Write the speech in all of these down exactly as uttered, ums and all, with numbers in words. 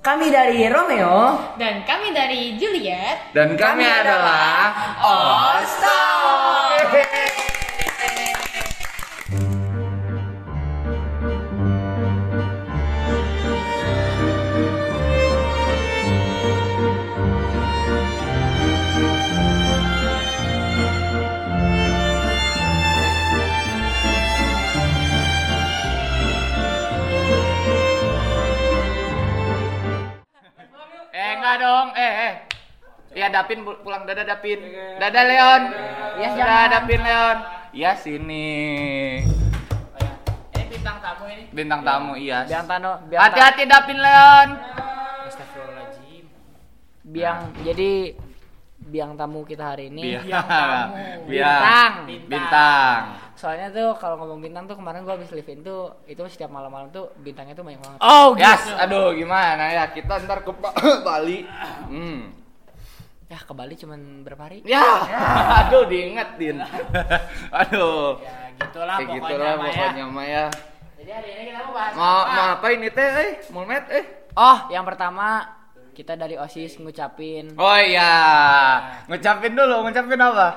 Kami dari Romeo Dan kami dari Juliet. Dan kami, kami adalah All Star. Eh enggak dong, eh eh. Ya Dapin pulang, dadah Dapin. Dadah Leon. Ya sudah Dapin Leon. Ya sini. Ini bintang tamu ini. Bintang tamu iya. Biang Tano. Hati-hati Dapin Leon. Astagfirullahaladzim. Biang jadi biang tamu kita hari ini. Biang tamu. Bintang. Bintang. Soalnya tuh kalau ngomong bintang tuh kemarin gua habis live in tuh itu setiap malam-malam tuh bintangnya tuh banyak banget. Oh, yes. Aduh, gimana ya? Kita ntar ke Bali. Hmm. Ya ke Bali cuman berapa hari? Ya. Aduh, diingetin. Aduh. Ya gitulah Kayak pokoknya, gitulah Maya. pokoknya Maya. Jadi hari ini kita mau bahas Mau apa? mau apa ini teh? Eh, Mulmet eh. Oh, yang pertama kita dari OSIS ngucapin Oh iya. Ngucapin dulu, ngucapin apa?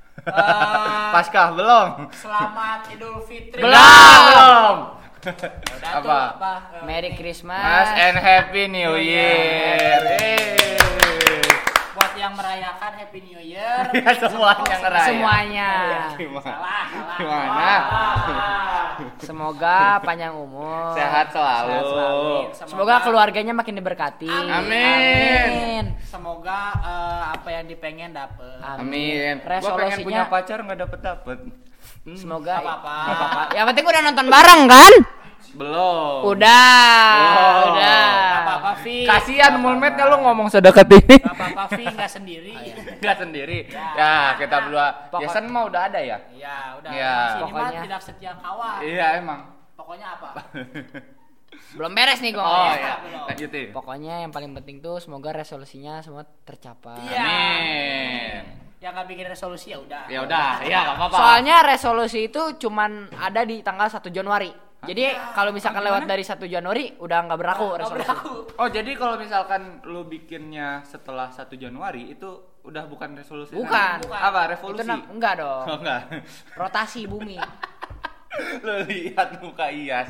Uh, Paskah belum? Selamat Idul Fitri. Belum, belum. Udah Apa? tuh apa? Merry Christmas. Mas and Happy New Year. Eh. Buat yang merayakan Happy New Year. Ya semuanya ngeraya. Semuanya. Gimana? Salah, salah. Gimana? Ah. Semoga panjang umur. Sehat selalu. Sehat selalu. Semoga- Semoga keluarganya makin diberkati. Amin. Semoga eh, apa yang dipengen dapet. Amin. Gua pengen Resolusinya punya pacar nggak dapet dapet. semoga Apa-apa. Nggak apa-apa. Yang penting udah nonton bareng kan? Belum. Udah. Belum. Udah. Gak apa-apa, Vi. Kasihan Mulmet lu ngomong sedekat ini. Gak apa-apa, Vi. Gak sendiri. Gak sendiri. Ya, kita berdua. Pokok- Yasan mah udah ada ya? Iya, udah. Iya. Sini mah Pokoknya- tidak setia kawan. Iya, emang. Pokoknya apa? Belum beres nih gua. Oh ngomongnya. iya. belum. Lanjutin. Pokoknya yang paling penting tuh semoga resolusinya semua tercapai. Iya. Amin. Yang gak bikin resolusi ya udah. Ya udah, iya enggak apa-apa. Soalnya resolusi itu cuman ada di tanggal satu Januari. Jadi kalau misalkan lewat dari satu Januari udah nggak berlaku Nggak resolusi. berlaku. Oh, jadi kalau misalkan lu bikinnya setelah satu Januari itu udah bukan resolusi. Bukan. lagi? Apa? Revolusi? Itu nam- enggak dong. Oh, enggak. Rotasi bumi. Lu lihat muka Iyas.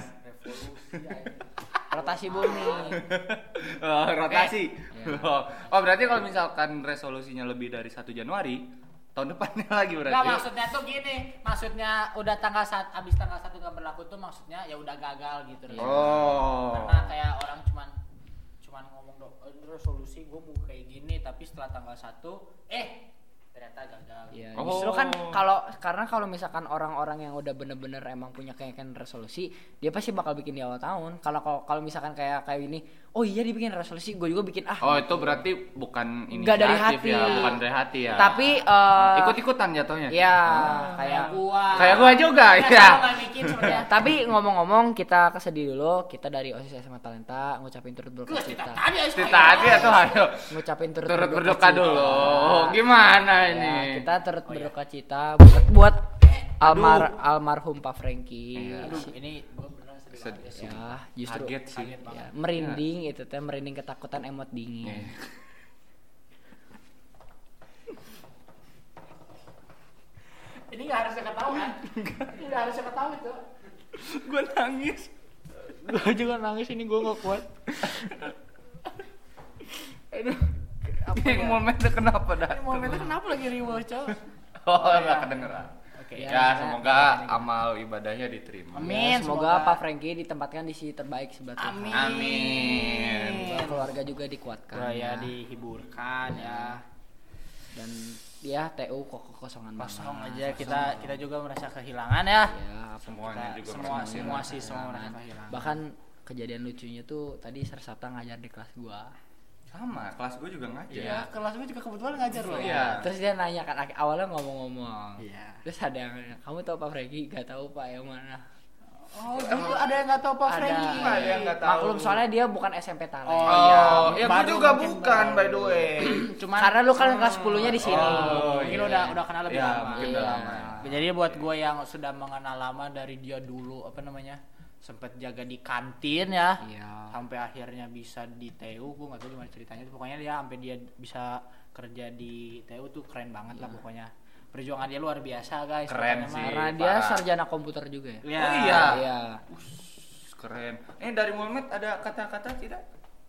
Rotasi bumi. Oh, rotasi. Iya. Oh, oh, berarti kalau misalkan resolusinya lebih dari satu Januari, tahun depannya lagi berarti. Enggak, maksudnya tuh gini. Maksudnya udah tanggal satu, abis tanggal satu gak berlaku tuh maksudnya ya udah gagal gitu. resolusi. Oh. Karena kayak orang cuman cuman ngomong dong resolusi gue mau kayak gini tapi setelah tanggal satu eh ternyata gagal. Ya, Oh. justru kan kalau karena kalau misalkan orang-orang yang udah bener-bener emang punya keyakinan resolusi, dia pasti bakal bikin di awal tahun. Kalau kalau kalau misalkan kayak kayak ini, oh iya dibikin resolusi, gue juga bikin ah. Oh, itu berarti bukan inisiatif Nggak dari hati. ya, bukan dari hati ya. Tapi eh ikut-ikutan jatuhnya. ya Kayak kayak gua. Kayak gua juga, Ya, ya. sama nggak bikin sebenarnya. tapi ngomong-ngomong kita kesedih dulu, kita dari OSIS S M A Talenta ngucapin turut Gua berduka cerita cita. tadi aja. Cerita aja tuh, ayo. Ngucapin turut, Turut berduka dulu. Oh, Ya, gimana ini? kita turut berduka cita buat, buat almar almarhum Pak Franky. Aduh, ini gua beneran sedih Sedih. banget. Ya, justru Kaget sih. Kaget banget. ya, merinding itu teh merinding ketakutan emot dingin. Iya. Ini nggak harusnya ketawa kan? Ini nggak harusnya ketawa itu. Gua nangis. Gue juga nangis ini gue gak kuat. Aduh. Ini momennya kenapa dah? Ini momennya kenapa lagi riuh cow? Oh, enggak kedengeran. Oke. Ya, Ya, semoga amal ibadahnya diterima. Amin. Ya, semoga, semoga. Pak Franky ditempatkan di sisi terbaik sebelah Tuhan. Amin. Amin. Semoga keluarga juga dikuatkan. Ya dihiburkan ya. Dan ya T U kok kekosongan Kosong banget. aja kita kita juga merasa kehilangan ya. Ya, Semuanya Kita- juga semua merasa semua kehilangan. sih semua merasa kehilangan. bahkan kejadian lucunya tuh tadi Sir Sabta ngajar di kelas gua. Sama, kelas gue juga ngajar. Iya, kelas gue juga kebetulan ngajar loh. Iya. Terus dia nanya kan awalnya ngomong-ngomong. Iya. Terus ada yang nanya, kamu tahu Pak Franky? Gak tahu Pak, yang mana? Oh, gitu ada yang nggak tahu Pak Ada. Franky. Ada yang nggak tahu. Maklum soalnya dia bukan S M P Talent. Oh, Oh, iya. ya gue Baru juga mungkin bukan baru. by the way. Cuman Karena lu kan kelas sepuluh-nya di sini. Oh, mungkin iya. udah udah kenal lebih Ya, lama. mungkin Iya. udah lama. Jadi buat gue yang sudah mengenal lama dari dia dulu apa namanya? sempet jaga di kantin ya. Iya. Sampai akhirnya bisa di T U, gue nggak tahu gimana ceritanya. Pokoknya dia sampai dia bisa kerja di T U tuh keren banget lah pokoknya. Perjuangan dia luar biasa guys. Keren pokoknya sih. mah. Karena dia parah. sarjana komputer juga ya. Ya. Oh iya. Iya. Keren. Eh dari Mulmet ada kata-kata tidak?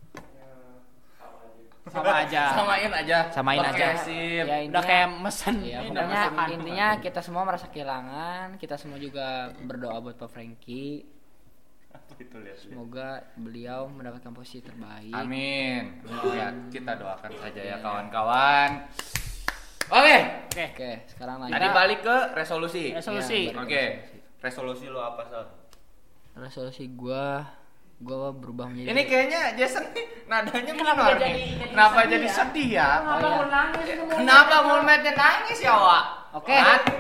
Sama aja. Samain aja. Samain Oke, aja. sip. Ya, Udah kayak mesen. Iya, Ini pokoknya udah mesen. intinya kita semua merasa kehilangan, kita semua juga berdoa buat Pak Franky. Itu lihat. Semoga beliau mendapatkan posisi terbaik. Amin. Ya, kita doakan saja ya kawan-kawan. Oke. Oke. Oke, sekarang lanjut. Tadi balik ke resolusi. Resolusi. Iya, balik. Oke. Resolusi lo apa, Sal? Resolusi gua gua berubah menjadi Ini kayaknya Jason nih nadanya Kenapa minor jadi- nih. jadi Kenapa sedih jadi ya? sedih ya? Oh, iya. nangis itu Kenapa Mulmetnya nangis ya, Wak? Oke. Mati.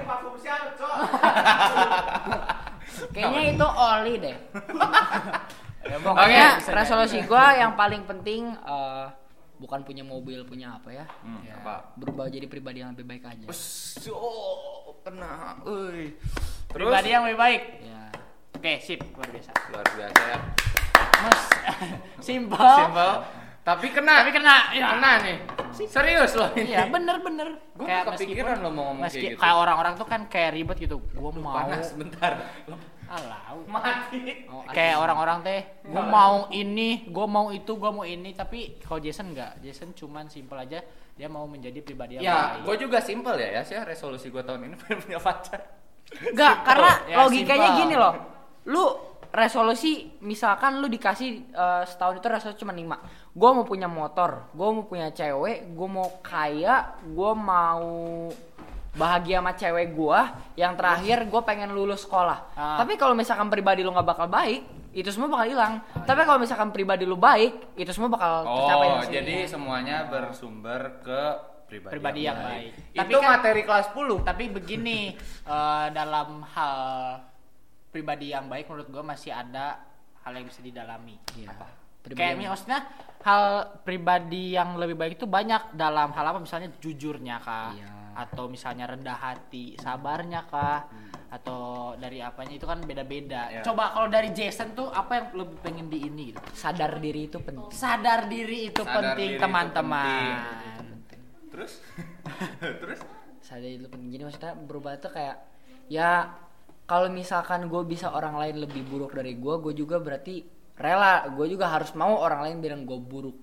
Kayaknya itu oli deh. Oke. Pokoknya resolusi gua yang paling penting eh, bukan punya mobil, punya apa ya? Hmm, Ya, apa? berubah jadi pribadi yang lebih baik aja. Oh, kena. Euy. Terus Pribadi yang lebih baik. Ya. Oke, sip, luar biasa. luar biasa ya. Mas, simple. Simpel. Tapi kena. Tapi kena, ya. Kena nih. Serius loh ini. Iya, bener-bener. Gua nggak kepikiran lo mau ngomong meski, kayak gitu. kayak orang-orang tuh kan kayak ribet gitu. Gua mau. Panas bentar. Alah. Mati. Oh, Kayak orang-orang teh, gua mau ini, gua mau itu, gua mau ini. Tapi kalau Jason enggak. Jason cuman simple aja. Dia mau menjadi pribadi yang Ya, baik. gue juga simpel ya, ya sih resolusi gue tahun ini pengen punya pacar. Enggak, karena Ya, logikanya simple. gini loh. Lu resolusi misalkan lu dikasih eh, setahun itu resolusi cuma lima. Gua mau punya motor, gua mau punya cewek, gua mau kaya, gua mau bahagia sama cewek gua, yang terakhir gua pengen lulus sekolah. Ah. Tapi kalau misalkan pribadi lu nggak bakal baik, itu semua bakal hilang. Tapi kalau misalkan pribadi lu baik, itu semua bakal tercapai Oh, dengan sendirinya. jadi semuanya bersumber ke pribadi, Pribadi yang baik. Itu Tapi kan- materi kelas sepuluh. Tapi begini, eh, dalam hal pribadi yang baik menurut gua masih ada hal yang bisa didalami. Iya. Pribadi Kayak yang- maksudnya hal pribadi yang lebih baik itu banyak dalam hal apa, misalnya jujurnya kah, Iya. atau misalnya rendah hati, sabarnya kah, atau dari apanya itu kan beda-beda. Iya. Coba kalau dari Jason tuh apa yang lebih pengen di ini gitu? sadar diri itu penting. Sadar diri itu Sadar penting diri itu teman-teman. Terus? Terus? Sadar diri itu penting. Jadi maksudnya berubah tuh kayak ya kalau misalkan gue bisa orang lain lebih buruk dari gue, gue juga berarti rela. Gue juga harus mau orang lain bilang gue buruk.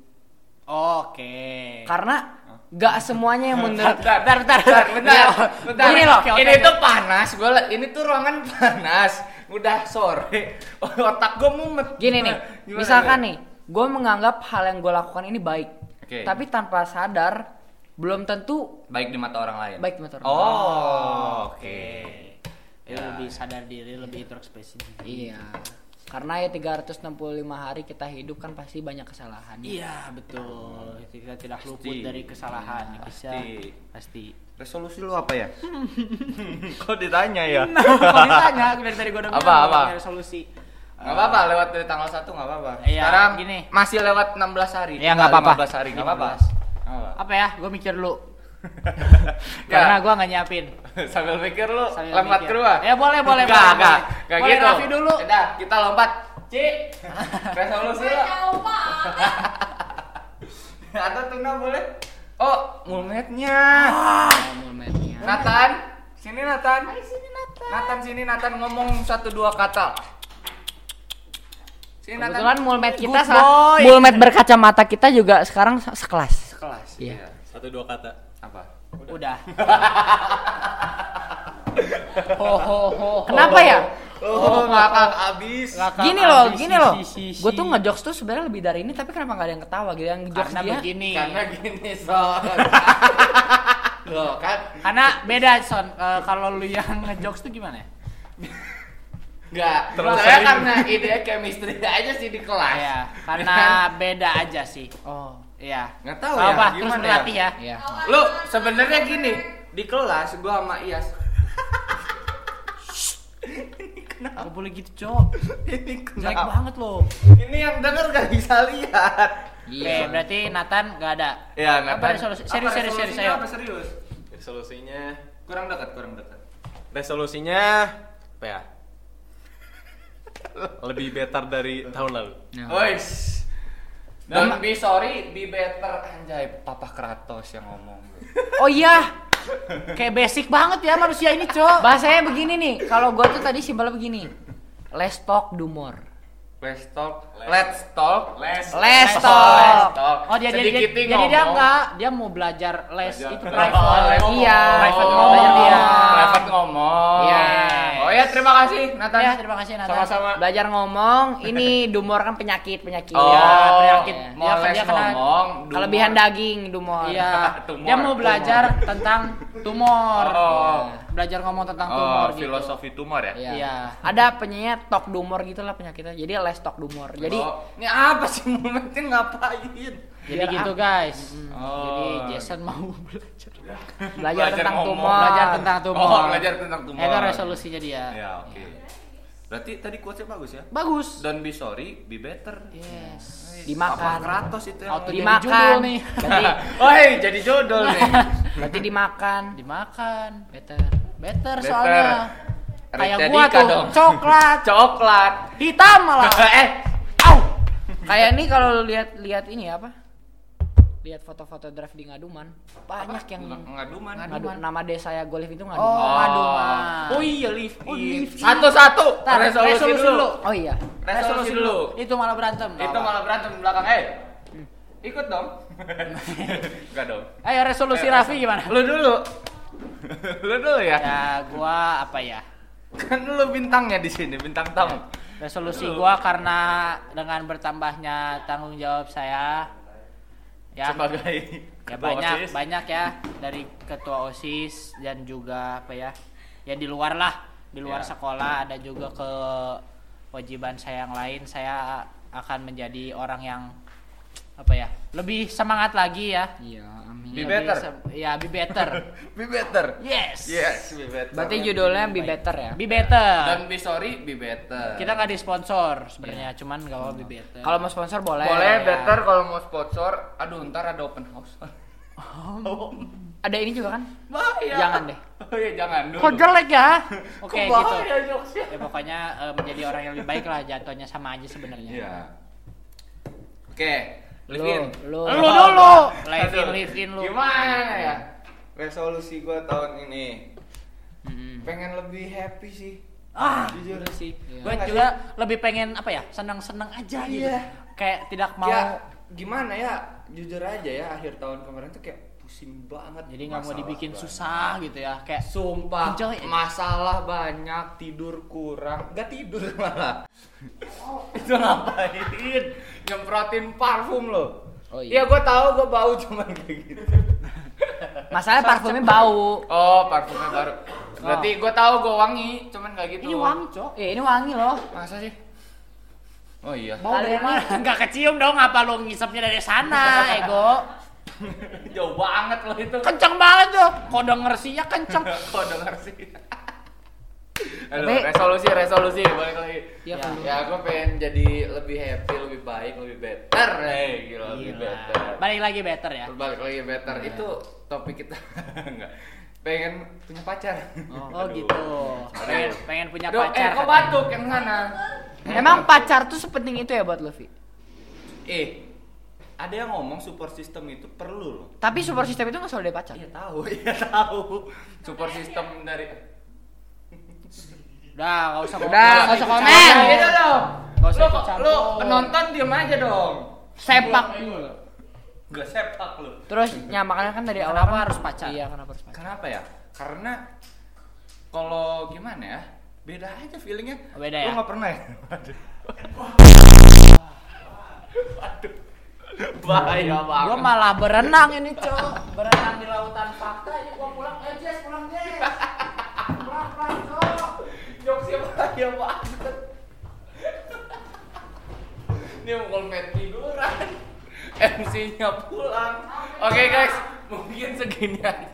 Oke. Karena gak semuanya yang menurut Bentar, bentar, bentar, bentar, bentar. bentar. Gini loh, oke, oke, ini oke. tuh panas. Gua la- ini tuh ruangan panas. Udah sore. Otak gua mumet. gini nih. Gimana, Misalkan gimana? nih, gue menganggap hal yang gue lakukan ini baik. Oke. Tapi tanpa sadar belum tentu Baik di mata orang lain. baik di mata orang lain. Oh, oke. Dia Ya. lebih sadar diri, lebih introspeksi diri. Iya. Karena ya tiga ratus enam puluh lima hari kita hidup kan pasti banyak kesalahan. Iya, betul. Kita tidak luput Pasti. dari kesalahan. Iya, Bisa. pasti. Pasti. Resolusi lu apa ya? Kok ditanya ya? Kalau ditanya dari tadi gue udah Apa, bilang, apa? punya resolusi. Nggak apa-apa, lewat dari tanggal satu nggak apa-apa. Iya, Sekarang gini. masih lewat enam belas hari. Iya, tinggal nggak apa-apa. lima belas hari, nggak apa-apa. lima belas. Nggak apa-apa. Apa ya? Gue mikir dulu. Ya. Karena gue nggak nyiapin. Sambil pikir lu Sambil lompat mikir. ke rumah. Ya, boleh, boleh, Enggak, boleh, enggak. boleh. Enggak Boleh, gitu. Raffi dulu. Udah, kita lompat. Ci. Resolusi lu. Atau tuna boleh? Oh, mulmetnya. Oh, mulmetnya. Nathan, sini Nathan. Sini Nathan. Nathan sini Nathan ngomong satu dua kata. Sini Nathan. Kebetulan mulmet kita Good sa- boy. mulmet berkacamata kita juga sekarang se- sekelas. Sekelas. Iya. Satu dua kata. Apa? Udah. ho ho ho. Kenapa ya? Oh, ngakak abis. Ngakak Gini loh, abis, gini si, loh. si, si, si. Gue tuh ngejokes tuh sebenarnya lebih dari ini, tapi kenapa nggak ada yang ketawa gitu? Yang ngejokes Karena dia. begini. Karena gini, Son. Loh, kan Karena beda Son. Eh, kalau lu yang ngejokes tuh gimana? enggak. Terus Saya sering. karena ide chemistry aja sih di kelas. Ya, Kan? karena beda aja sih. Oh, Iya. Nggak tahu Nggak ya, apa, terus gimana berlatih ya. iya. Lu sebenarnya gini, di kelas gua sama Iyas. Gak boleh gitu, Cok. Ini Jelek kenapa? banget loh. Ini yang denger gak bisa lihat. Oke, Iya. berarti Nathan gak ada. Ya, Apa resolusi? Serius, serius, serius, resolusinya ayo. apa serius? Resolusinya Kurang dekat, kurang dekat. resolusinya apa ya? Lebih better dari tahun lalu. Wes. Don't be sorry, be better. Anjay, Papa Kratos yang ngomong. Oh iya, Kayak basic banget ya manusia ini, Cok. bahasanya begini nih. Kalau gua tuh tadi simpelnya begini. Let's talk do more. Let's talk, let's talk, let's Let's talk. talk. Let's talk. Oh dia dia, dia Sedikit jadi dia ngomong. enggak, dia mau belajar les Belajar. itu Oh, private. les Iya. Private Oh, ngomong dia. Private ngomong. Iya. Oh ya, terima kasih Nathan. Ya, terima kasih Nathan. Sama-sama. Belajar ngomong, ini dumor kan penyakit penyakit. Oh, Iya, penyakit. Mau Dia- les dia kena ngomong, Kelebihan dumor. daging dumor. Iya. Tumor, Dia mau belajar tentang tumor. Oh. Belajar ngomong tentang Oh, tumor gitu. filosofi tumor ya? Iya. Iya. Ada penyanyi talk dumor gitulah penyakitnya. Jadi les talk dumor. Jadi Oh, ini apa sih momennya ngapain? Jadi gitu guys. Oh. Jadi Jason mau belajar. belajar tentang ngomong. tumor. Belajar tentang tumor. Oh, belajar tentang tumor. Itu resolusinya dia. Ya, oke. Berarti tadi quotes-nya bagus ya? Bagus. Don't be sorry, be better. Yes. Dimakan. Papa Kratos itu yang Auto ngomong. jadi Dimakan. judul nih. Berarti Woi, jadi judul nih. berarti dimakan. Dimakan. Better. Better, Better. soalnya. Kayak Raditya gua Dika tuh, dong. coklat, Coklat. hitam malah. eh, Kayak nih kalau lu lihat-lihat ini apa? Lihat foto-foto drive di Ngaduman, banyak yang ngaduman. ngadu nama desa ya Golif itu Oh, Ngaduman. Ngaduman. Oh iya, live Oh, in. live in. Satu-satu. Tar, Resolusi, resolusi dulu. dulu. Oh iya. Resolusi dulu. Itu malah berantem. Itu malah berantem di belakang. Eh, ikut dong. Enggak dong. Ayo resolusi Eh, Raffi gimana? Lu dulu. Lu dulu ya. Ya, gua apa ya? Kan lu bintangnya di sini, bintang tamu. Resolusi gua karena dengan bertambahnya tanggung jawab saya ya Sebagai ya ketua banyak OSIS. banyak ya dari ketua OSIS dan juga apa ya? Ya di luar lah, di luar Ya. sekolah ada juga kewajiban saya yang lain. Saya akan menjadi orang yang apa ya? Lebih semangat lagi ya. Iya, amin. Be Lebih better. se- ya, be better. Be better. Yes. Yes, be better. Berarti judulnya Be Better ya. Be better. Don't be sorry, be better. Kita nggak disponsor sebenarnya, cuman nggak apa be better. Kalau mau sponsor boleh. boleh ya. better kalau mau sponsor. Aduh, ntar ada open house. Ada ini juga kan? Bahaya. Jangan deh. Oh iya, jangan dulu. Kok jelek ya? Oke Kok gitu. bahaya jokesnya? Ya pokoknya eh, menjadi orang yang lebih baik lah, jatuhnya sama aja sebenarnya. Iya. Oke, live Lu, in. lu. Lu dulu. Live in, Aduh, live in lu. Gimana ya? Resolusi gua tahun ini Mm-mm. pengen lebih happy sih. Ah, Jujur sih. Iya. Gue juga lebih pengen apa ya? Senang-senang aja gitu. Iya. Kayak tidak mau. Ya, gimana ya? Jujur aja ya, akhir tahun kemarin tuh kayak pusing banget. Jadi nggak mau Masalah dibikin banyak. susah gitu ya. Kayak Sumpah, Enjoy aja. masalah banyak, tidur kurang, gak tidur malah. Itu ngapain? Nyemprotin parfum loh. Oh Iya, gua tahu gua bau cuman kayak gitu. Masalahnya parfumnya bau. Oh, parfumnya baru. Berarti gua tahu gua wangi, cuman gak gitu. ini wangi, Cok. Eh, ini wangi loh. Masa sih? Oh iya. Bau dari mana? Enggak kecium dong, apa lu ngisapnya dari sana, ego? Jauh banget loh itu. Kenceng banget tuh. Kok denger sih ya kenceng. Kok denger sih? Aduh, Tapi- resolusi, resolusi, balik lagi. Iya, Ya. kan. Ya, gue pengen jadi lebih happy, lebih baik, lebih better. Hey, gila, lebih Gila. better. Balik lagi better ya. Balik lagi better. Itu topik kita. Enggak. Pengen punya pacar. Oh gitu. Pengen pengen punya Aduh, pacar. eh, kok katanya. batuk yang sana? Emang pacar tuh sepenting itu ya buat Luffy? Eh, ada yang ngomong support system itu perlu loh. Tapi support system itu nggak selalu dari pacar. Iya tahu, iya tahu. Support system dari Udah, enggak usah Udah, nggak nggak usah ikut komen. campur. gitu dong. Nggak usah Lu, ikut campur. lu penonton diem aja dong. Sepak. Gak sepak lu. Terus ya makanya kan dari awal Kenapa kan- harus pacar? Iya, kenapa harus pacar? Kenapa ya? Karena kalau gimana ya? Beda aja feelingnya. Oh, beda Lu ya? nggak pernah ya? Waduh. Waduh. Bahaya banget. Gua malah berenang ini, Cok. Berenang di lautan fakta ini gua pulang. Eh, Jess, pulang, Jess. Pulang, pulang, Cok. Jokesnya bahaya banget. Ini mau kolmet tiduran. M C-nya pulang. Oke guys, mungkin segini aja.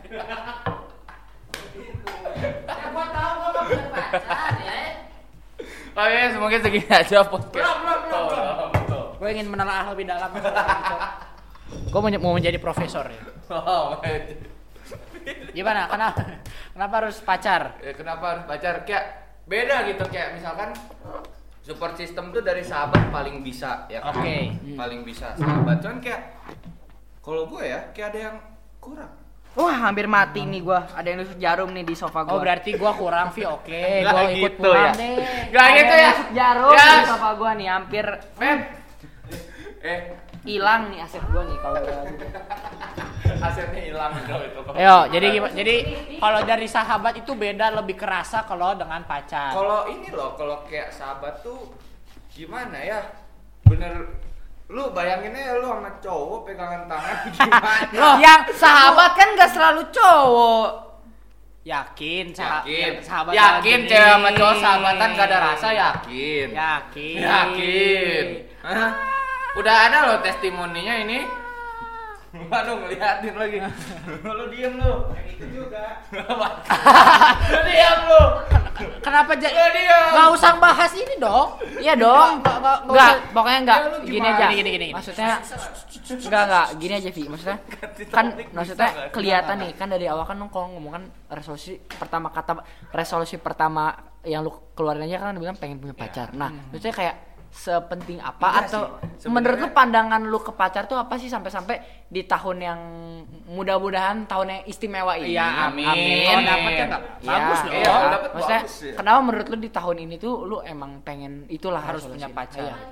Ya gua tahu gua enggak punya pacar ya. Oke, mungkin segini aja podcast. Belum, belum, belum, belum. Oh, belum. Gue ingin menelaah lebih dalam. Gue mau, mau menjadi profesor ya. Oh, wait. Gimana? Kenapa? Kenapa harus pacar? Ya, kenapa harus pacar? Kayak beda gitu, kayak misalkan support system tuh dari sahabat paling bisa ya kan. Oke. Hmm. Paling bisa sahabat. Cuman kayak kalau gue ya kayak ada yang kurang. Wah, hampir mati nih gua. Ada yang nusuk jarum nih di sofa gua. Oh berarti gua kurang Vi, oke. Nggak Gua ikut gitu pulang ya. deh. Gak Ada gitu yang ya. nusuk jarum Yes. di sofa gua nih, hampir Feb. Eh, hilang nih aset gua nih kalau gua. asetnya hilang dong itu. Ayo, jadi gimana? Jadi kalau dari sahabat itu beda lebih kerasa kalau dengan pacar. Kalau ini loh, kalau kayak sahabat tuh gimana ya? Bener lu bayanginnya lu sama cowok pegangan tangan gimana? Loh, yang sahabat kan gak selalu cowok. Yakin, sah- Yakin, ya, sahabat yakin lagi cewek nih. sama cowok sahabatan gak ada rasa, yakin. Yakin. Yakin. Hah? Udah ada loh testimoninya ini. Waduh ngeliatin lagi. Lu diem lu. Yang itu juga. Lu diem lu. Kenapa jadi? Lu diem. Gak usah bahas ini dong. Iya dong. Nggak, nggak, nggak Enggak, usah. pokoknya enggak. Ya, lu Gini gimana? aja. Gini, gini, gini. Maksudnya enggak enggak, gini aja Vi. Maksudnya kan maksudnya kelihatan nih kan dari awal kan lu kalau ngomong kan resolusi pertama kata resolusi pertama yang lu keluarin aja kan lu bilang pengen punya pacar. Nah, maksudnya kayak sepenting apa Enggak atau sih, menurut lu sebenarnya- pandangan lu ke pacar tuh apa sih sampai-sampai di tahun yang mudah-mudahan tahun yang istimewa ini? Iya, amin. Amin. Kalau dapetnya nggak Iya, bagus loh. Iya, kalau dapet maksudnya bagus ya. kenapa menurut lu di tahun ini tuh lu emang pengen itulah Harus resolusi? punya pacar. Iya.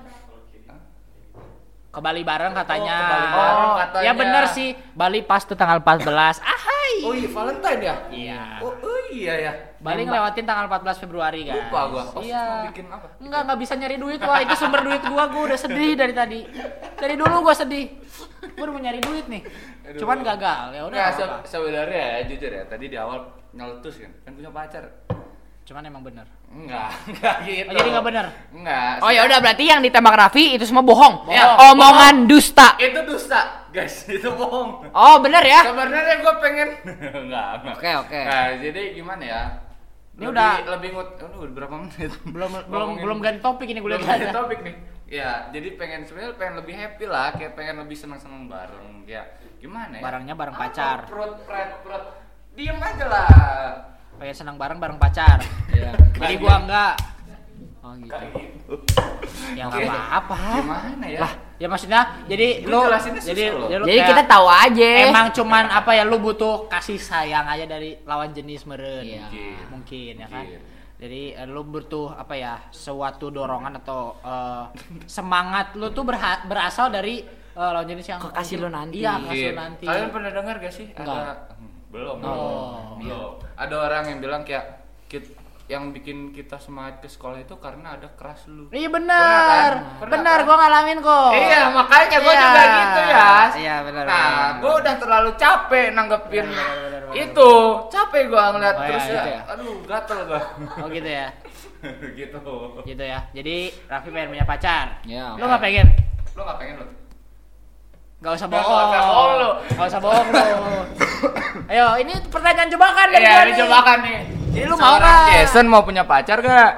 Ke Bali bareng katanya. Oh, ke Bali bareng Oh, katanya. ya bener sih. Bali pas tuh tanggal empat belas. Ahai. Oh iya Valentine ya? Iya. Oh, oh iya ya. Bali ngelewatin tanggal empat belas Februari kan. Lupa gua. Oh, Iya. mau bikin apa? Enggak, enggak bisa nyari duit. Wah, itu sumber duit gua. Gua udah sedih dari tadi. Dari dulu gua sedih. Gua udah mau nyari duit nih. Aduh. Cuman gagal. Ya udah. Nggak, nggak apa-apa. se- sebenarnya ya jujur ya, tadi di awal nyeletus kan, kan punya pacar. Cuman emang bener. Enggak, enggak gitu. Oh, jadi nggak bener? Enggak. Oh ya udah berarti yang ditembak Raffi itu semua bohong. Ya, Omongan dusta. Itu dusta, guys. Itu bohong. Oh bener ya? Sebenarnya gue pengen enggak, enggak. Oke, oke. Nah, jadi gimana ya? Ini Lebih- udah- lebih ngut oh, udah berapa menit? Belum belum Ngomongin- belum ganti topik ini gue belum lihat ganti aja. topik nih. Ya, jadi pengen sebenarnya pengen lebih happy lah, kayak pengen lebih senang-senang bareng. Ya, gimana ya? Barangnya bareng Apa, pacar. Perut, perut, perut. Diem aja lah. Pengen senang bareng bareng pacar. Iya. Jadi gua enggak. Oh gitu. Kayak gitu. Ya Oke. enggak apa-apa. Gimana ya? Lah, ya maksudnya jadi Gua lu jelasinnya susah jadi loh. ya lu Jadi kayak kita tahu aja. emang cuman apa ya lu butuh kasih sayang aja dari lawan jenis meren. Iya. Mungkin. Mungkin ya kan. Mungkin. Jadi eh, lu butuh apa ya suatu dorongan atau eh, semangat lu tuh berha- berasal dari eh, lawan jenis yang Kekasih lu nanti. Iya, kekasih lu Mungkin. nanti. Kalian pernah dengar gak sih? Enggak. Ada Hmm, belum. Oh. Belum. Ada orang yang bilang kayak kit- yang bikin kita semangat ke sekolah itu karena ada keras lu. Iya Pernah benar. kan? Pernah Benar, kan? gua ngalamin kok. Iya, makanya gue Iya. juga gitu ya. Iya, benar, Nah, benar, gue udah terlalu capek nanggepin Benar, benar, benar, benar. itu. Capek gue ngeliat Oh, terus iya, ya. gitu ya. Aduh, gatel gue. Oh gitu ya. gitu. Gitu ya. Jadi Raffi pengen punya pacar. Iya. Lu nggak pengen? Lo gak pengen lo? Gak usah Nggak bohong. usah bohong lu. Gak usah bohong lu. Ayo, ini pertanyaan jebakan dari Iya, gua nih. dicobakan nih. Jadi lu mau Seorang nggak? Jason mau punya pacar gak?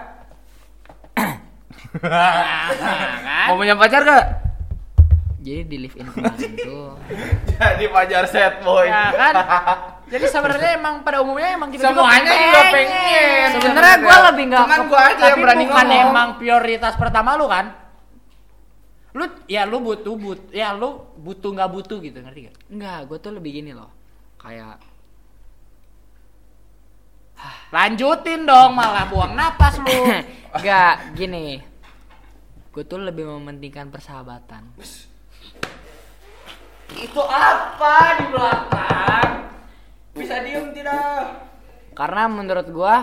Nah, kan? Mau punya pacar gak? Jadi di live in kemarin tuh. Jadi pacar set boy. Ya kan? Jadi sebenarnya emang pada umumnya emang kita Semuanya juga pengen. Sebenarnya gua lebih nggak Cuman ke- gua aja yang Tapi berani bukan ngomong. emang prioritas pertama lu kan? Lu ya lu butuh but ya lu butuh nggak butuh gitu, ngerti gak? Enggak, gue tuh lebih gini loh. Kayak Lanjutin dong, malah buang napas lu. enggak gini. Gue tuh lebih mementingkan persahabatan. Itu apa di belakang? Bisa diem tidak? Karena menurut gua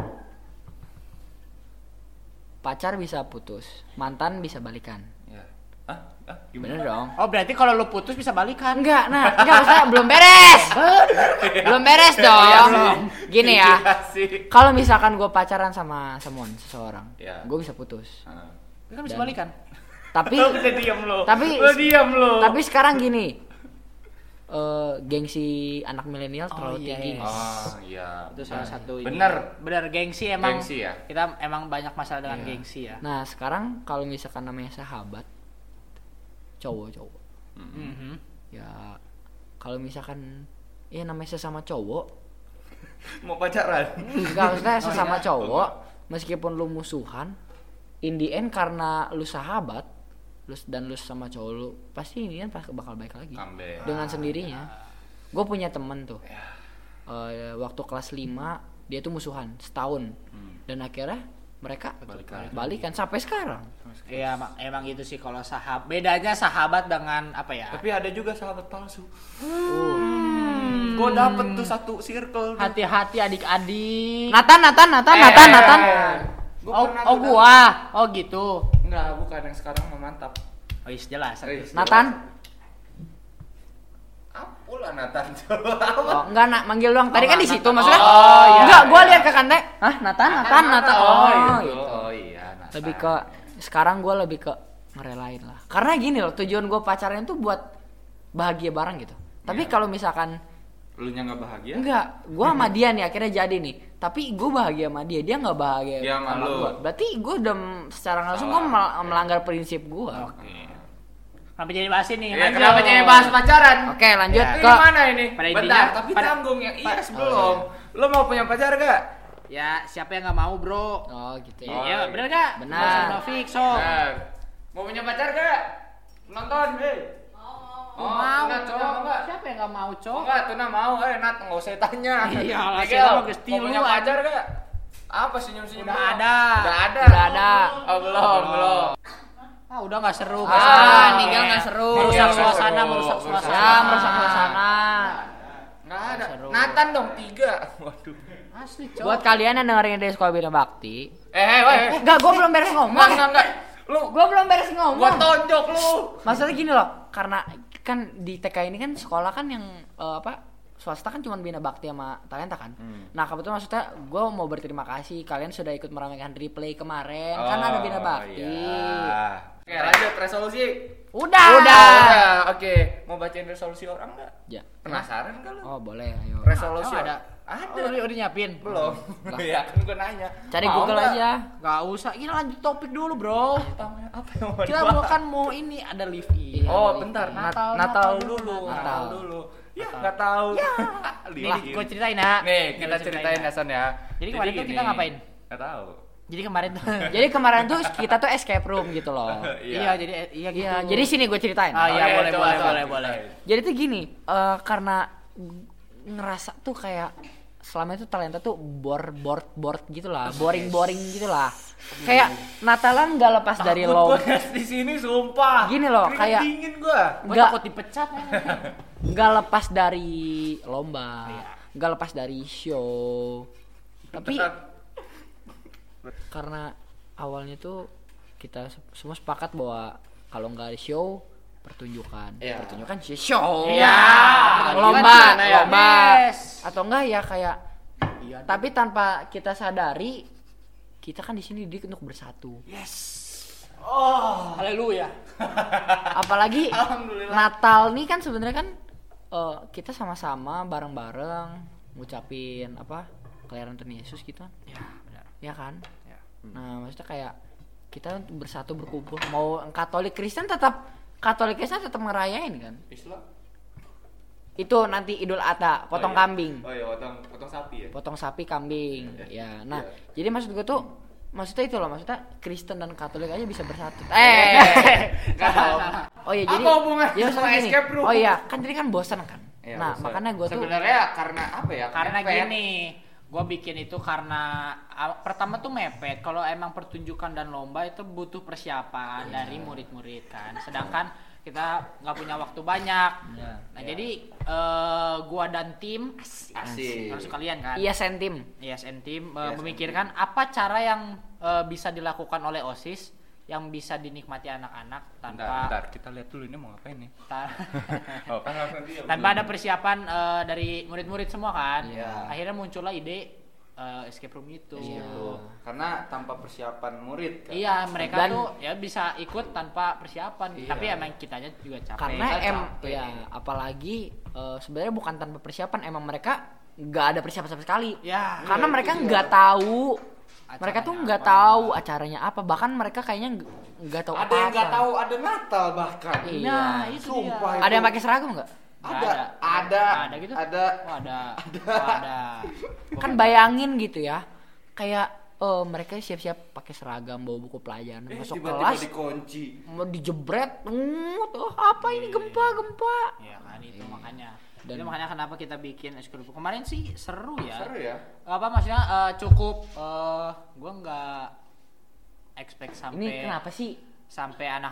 pacar bisa putus, mantan bisa balikan. Ya. Ah, ah, Bener dong. Oh, berarti kalau lu putus bisa balikan. Enggak, nah, enggak usah, belum beres. belum beres dong. Iya, belum. Gini ya. Iya sih. Kalau misalkan gue pacaran sama someone, seseorang, Iya. gue bisa putus. Ah. Kan bisa Dan- balikan. Tapi Lo bisa diem lo. Tapi- lo diem lo. tapi sekarang gini. eh, gengsi anak milenial Oh, terlalu iya, tinggi. iya. Oh iya. Itu salah satu ini. Bener. Bener gengsi emang. Gengsi ya? Kita emang banyak masalah dengan Iya. gengsi ya. Nah, sekarang kalau misalkan namanya sahabat cowok-cowok. Mhm. Ya kalau misalkan ya namanya sesama cowok, Mau pacaran? enggak maksudnya Oh, sesama iya. cowok, meskipun lu musuhan, in the end karena lu sahabat, lu dan lu sama cowok lu pasti ini kan bakal baik lagi. Comeback. Dengan sendirinya. Gue punya temen tuh. Uh, waktu kelas lima dia tuh musuhan setahun. Hmm. Dan akhirnya mereka balikan, balikan sampai sekarang. Iya, emang, emang gitu sih kalau sahabat. Bedanya sahabat dengan apa ya? Tapi ada juga sahabat palsu. Hmm. Gue dapet tuh satu circle. Tuh. Hati-hati adik-adik. Nathan, Nathan, Nathan, Eh, Nathan, Nathan. Gua Oh, pernah oh tuh gua. Oh gitu. Enggak, bukan yang sekarang mah mantap. Oh iya jelas. Eh, Nathan. Apalah Nathan. Oh, enggak nak manggil doang. Tadi Oh, kan di Nathan. situ maksudnya. Oh, iya, enggak, gua iya. lihat ke kante. Hah, Nathan, Nathan, Nathan. Oh, Oh, gitu. gitu. Oh iya, Nathan. Lebih ke sekarang gua lebih ke ngerelain lah. Karena gini loh, tujuan gua pacaran tuh buat bahagia bareng gitu. Tapi Iya. kalau misalkan Lu nya enggak bahagia? enggak, gua sama dia nih akhirnya jadi nih. Tapi gua bahagia sama dia, dia nggak bahagia Dia sama lu. gua. Berarti gua udah m- secara nggak langsung Salah. gua mel- melanggar prinsip gua. Oke. Kenapa jadi bahas ini? Ya, Lanjut. kenapa jadi bahas pacaran? Oke, lanjut Ya. Ini ke gimana ini? Pada Bentar, intinya- tapi pada- tanggung yang iya pa- sebelum. Lo mau punya pacar gak? Ya, siapa yang nggak mau, Bro? Oh, gitu Ya, ya. ya, bener gak? Benar. Nggak usah munafik, so. Benar. Mau punya pacar gak? Nonton, hei. Oh, Oh, mau, Tuna, Tuna mau nggak? Siapa yang nggak mau, Oh Cok? enggak, Tuna mau. Eh, Nat, enggak usah tanya. Iya, lah, Miguel, siapa gesti mau lu, punya anjing. pacar gak? Apa senyum-senyum? Udah lu? ada. Udah ada. Udah ada. Oh, belum, belum. Ah, udah nggak seru. Ah, nggak seru. Nigel nggak seru. Merusak Nigel nggak suasana, seru. merusak Merusak suasana. Ya, merusak suasana. Enggak ada. Seru. Nathan dong tiga. Waduh. Asli, Cok. Buat kalian yang dengerin dari Sekolah Bina Bakti. Eh, eh, woi. Enggak, gua belum beres ngomong. Enggak, enggak, enggak. Lu Gua belum beres gua ngomong. tonjok lu. Maksudnya gini loh, karena kan di T K ini kan sekolah kan yang eh, apa swasta kan cuma Bina Bakti sama Talenta kan. Hmm. Nah kebetulan maksudnya gue mau berterima kasih kalian sudah ikut meramaikan replay kemarin kan ada Bina Bakti. Iya. Oke, lanjut resolusi. Udah. Udah. Oke, mau bacain resolusi orang enggak? Ya. Penasaran kan lu? Oh boleh, ayo. Resolusi Oh, ada. Ada. Oh, udah, udah nyiapin? Belum. Iya, kan gua nanya. Cari Mau Google nggak? aja. Gak usah, ini lanjut topik dulu, Bro. Apa yang mau Kita dibahas? mau kan mau ini ada live in. Iya. Oh, bentar. Nat- Natal, Natal, Natal dulu. dulu, Natal Natal. dulu. Ya, enggak tahu. Ya. Nih, gue ceritain ya. Nih, kita Gua ceritain ya, Son ya. Jadi kemarin tuh kita ngapain? Enggak tahu. Jadi kemarin tuh. Jadi kemarin tuh kita tuh escape room gitu loh. Iya, jadi iya gitu. Iya, jadi sini gue ceritain. Ah, iya, Oke, boleh, coba, boleh, coba. boleh, boleh. Jadi tuh gini, eh, karena ngerasa tuh kayak selama itu Talenta tuh bor board board gitulah, boring boring gitulah. Kayak Natalan nggak lepas dari Takut lo. gua di sini sumpah. Gini loh, Keringet kayak- dingin gua. Gue Nggak takut dipecat. nggak lepas dari lomba, Iya. nggak lepas dari show. Tapi karena awalnya tuh kita se- semua sepakat bahwa kalau nggak ada show pertunjukan, Iya. pertunjukan sih show, Iya. lomba, Gimana ya? lomba, Yes. atau enggak ya kayak. Iya. Tapi tanpa kita sadari, kita kan di sini dididik untuk bersatu. Oh, haleluya. Apalagi Alhamdulillah. Natal nih kan sebenarnya kan eh, kita sama-sama bareng-bareng ngucapin apa kelahiran Tuhan Yesus gitu kan. Ya, benar. Ya kan? Ya. Nah, maksudnya kayak kita bersatu berkumpul. Mau Katolik Kristen tetap Katolik Kristen tetap ngerayain kan. Islam. Itu nanti Idul Adha, potong Oh, iya. kambing. Oh iya, potong potong sapi ya. Potong sapi kambing. Ya. Nah, Iya. jadi maksud gue tuh maksudnya itu loh, maksudnya Kristen dan Katolik aja bisa bersatu. Eh. Enggak tahu. Oh iya, jadi Apa hubungannya ya, sama maksudnya gini. escape room? Oh iya, kan jadi kan bosan kan. Iya, nah, bosan. makanya gue tuh sebenarnya karena apa ya? Karena Mepet. gini, gue bikin itu karena ah, pertama tuh mepet. Kalau emang pertunjukan dan lomba itu butuh persiapan dari murid-murid kan. Sedangkan kita nggak punya waktu banyak. Iya. Nah jadi eh, gua dan tim Asik. termasuk kalian kan. iya sentim. I S N tim eh, I S N memikirkan apa cara yang eh, bisa dilakukan oleh OSIS yang bisa dinikmati anak-anak tanpa Bentar, bentar, kita lihat dulu ini mau ngapain nih. ta- Oh, kan langsung dia. tanpa ada persiapan eh, dari murid-murid semua kan. Iya. Akhirnya muncullah ide eh, escape room itu. Gitu. Karena tanpa persiapan murid kan. Iya, mereka Dan- tuh ya bisa ikut tanpa persiapan. Iya. Tapi emang kitanya juga capek. Karena Kita em capek. ya apalagi eh, sebenarnya bukan tanpa persiapan, emang mereka nggak ada persiapan sama sekali. ya, Karena Iya, mereka itu dia. nggak tahu. Acaranya Mereka tuh nggak apa. tahu acaranya apa, bahkan mereka kayaknya nggak- nggak tahu Ada apa-apa. yang nggak tahu ada Natal bahkan. Iya. Nah, itu Sumpah. dia. Ada yang pakai seragam nggak? Nggak Ada, ada, Ada gitu? ada. Oh, ada. Oh, ada. Kan bayangin gitu ya, kayak oh mereka siap-siap pakai seragam bawa buku pelajaran Eh, masuk tiba-tiba kelas dikunci. mau dijebret ngut oh apa ini gempa gempa Iya kan itu makanya. Dan- itu makanya kenapa kita bikin eskul kemarin sih seru ya. Seru ya. Apa maksudnya eh, cukup eh gua nggak expect sampai ini kenapa sih sampai anak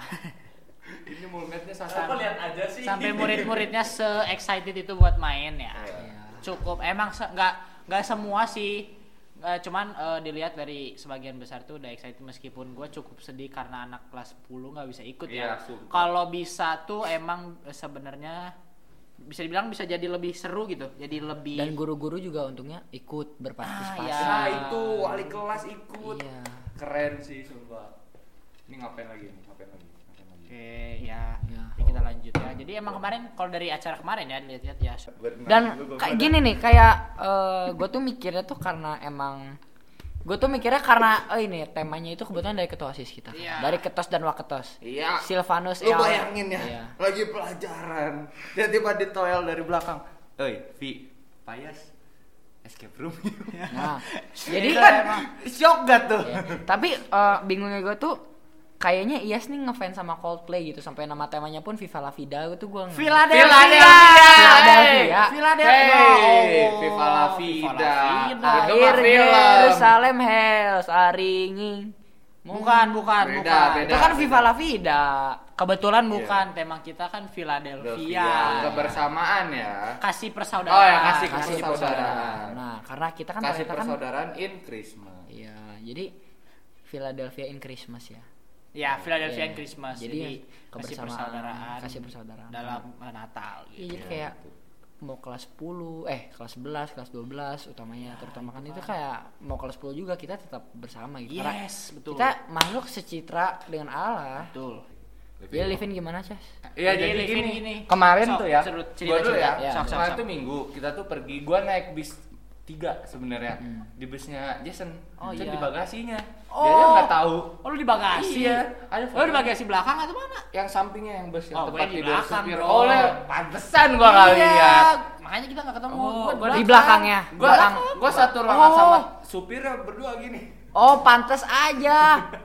Ini mulmetnya Apa lihat aja sih. sampai murid-muridnya se excited itu buat main ya. Iya. Cukup emang se- nggak nggak semua sih. Nggak, cuman eh, dilihat dari sebagian besar tuh udah excited meskipun gue cukup sedih karena anak kelas sepuluh nggak bisa ikut Iya, ya. sumpah. Kalau bisa tuh emang eh, sebenarnya bisa dibilang bisa jadi lebih seru gitu. Jadi lebih dan guru-guru juga untungnya ikut berpartisipasi Ah, Nah, iya. itu wali kelas ikut. Iya. Keren sih sumpah. Ini ngapain lagi nih? Ngapain lagi? Ngapain lagi? Oke, ya. Ya. Ya, kita lanjut ya. Jadi emang kemarin kalau dari acara kemarin ya lihat-lihat ya. dan kayak gini nih kayak gue tuh mikirnya tuh karena emang gue tuh mikirnya karena oh ini temanya itu kebetulan dari ketua osis kita kan. Iya. Dari ketos dan waketos Iya. Silvanus Lu El- bayangin ya, Iya. lagi pelajaran, tiba-tiba ditoel dari belakang. Oi, Vi, payas, escape room. nah jadi Jadi kan shock gak tuh? ya. Tapi eh, bingungnya gue tuh kayaknya Iyas nih ngefans sama Coldplay gitu sampai nama temanya pun Viva La Vida itu gue Philadelphia. Philadelphia. Philadelphia. Hey, Oh, Viva La Viva Vida. La Vida. Itu mah Akhir film. Yerusalem Hells aringing. Bukan, bukan, Beda, bukan. beda. Itu kan Viva La Vida. Kebetulan Iya. bukan tema kita kan Philadelphia. Kebersamaan ya. Kasih persaudaraan. Oh ya, kasih Kasih persaudaraan. persaudaraan. Nah, karena kita kan Kasih ternyata kan persaudaraan in Christmas. iya, jadi Philadelphia in Christmas ya. Ya, Philadelphia Iya. and Christmas. Jadi, Jadi, kasih kebersamaan, persaudaraan. kasih persaudaraan. dalam eh, Natal Iya, gitu. jadi kayak mau kelas sepuluh, eh kelas sebelas, kelas dua belas utamanya terutama kan itu kayak mau kelas sepuluh juga kita tetap bersama gitu. Karena Yes, betul. kita makhluk secitra dengan Allah. Betul. Jadi Livin gimana, Cas? Iya, Jadi jadi Livin gini, gini. kemarin Sok, tuh ya, seru, cerita, gua dulu cerita. ya, Ya, sok, sok, kemarin sok. tuh minggu kita tuh pergi, gua naik bis tiga sebenarnya di busnya Jason, Oh, Terus iya. di bagasinya, Oh. dia aja nggak tahu. Oh, lu di bagasi? Iya, ada Oh, di bagasi belakang atau mana? yang sampingnya yang bus yang Oh, tempat gue di tidur belakang supir. dong. Oh, le, pantesan gua nggak Iya, lihat. makanya kita nggak ketemu. Oh, Gua gua Di belakangnya. Gua, Belakang. gua satu ruangan Oh. sama supirnya berdua gini. Oh, pantes aja.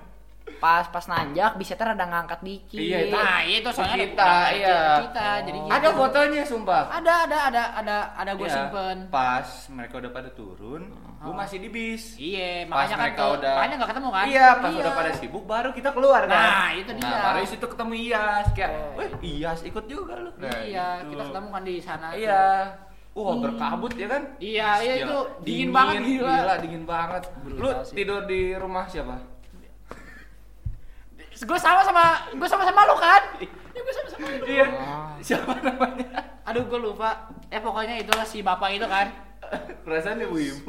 Pas pas nanjak bisa ter ada ngangkat dikit. Iya, itu. Nah, itu soalnya ada- Kita, udah iya. kita, jadi gitu. Ada fotonya sumpah. Ada, ada, ada, ada, ada gue Iya, simpen. Pas mereka udah pada turun, gua masih di bis. Iya, Pas makanya kan mereka tuh, udah- makanya nggak ketemu kan? Iya, pas udah pada sibuk baru kita keluar kan. Nah, itu dia. Nah, baru situ ketemu Iyas kayak, Oh, "Weh, Iyas ikut juga lu." Nah, Iya, gitu. kita ketemu kan di sana. tuh. Iya. Wah, berkabut ya kan? Iya, iya Gila. itu dingin, banget gila. Gila, dingin banget. Lu Brutal sih. tidur di rumah siapa? Gue sama sama, gue sama sama lu kan? Iya, gue sama sama lu. Iya. Ah. Siapa namanya? Aduh, gue lupa. Eh, pokoknya itulah si bapak itu kan. Perasaan ibu-ibu.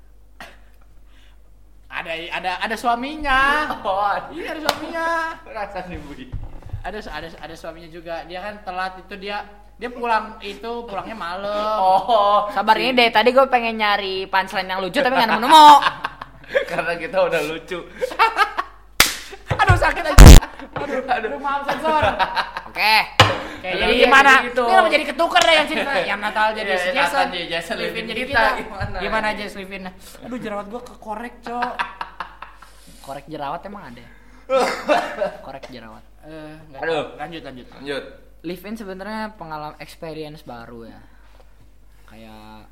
Ada, ada, ada suaminya. Oh, Iya, ada suaminya. perasaan ibu-ibu. Ada, ada, ada suaminya juga. Dia kan telat itu dia, dia pulang itu pulangnya malam. Oh, Sabar ini deh, tadi gue pengen nyari punchline yang lucu tapi nggak nemu-nemu. karena kita udah lucu. Aduh, sakit aja. Aduh, aduh, maaf sensor. Oke. Oke, Aduh, jadi iya, gimana? jadi gitu. Ini kenapa jadi ketukar deh yang cerita? Yang Natal jadi Iya, si Natal Jason, jadi Jason, Livin Livin jadi kita, kita. gimana? Gimana aja Livin? Aduh, jerawat gua kekorek, Cok. Korek jerawat emang ada. Korek jerawat. Eh, enggak. Aduh. Lanjut, lanjut. Lanjut. Live in sebenarnya pengalaman experience baru ya. Kayak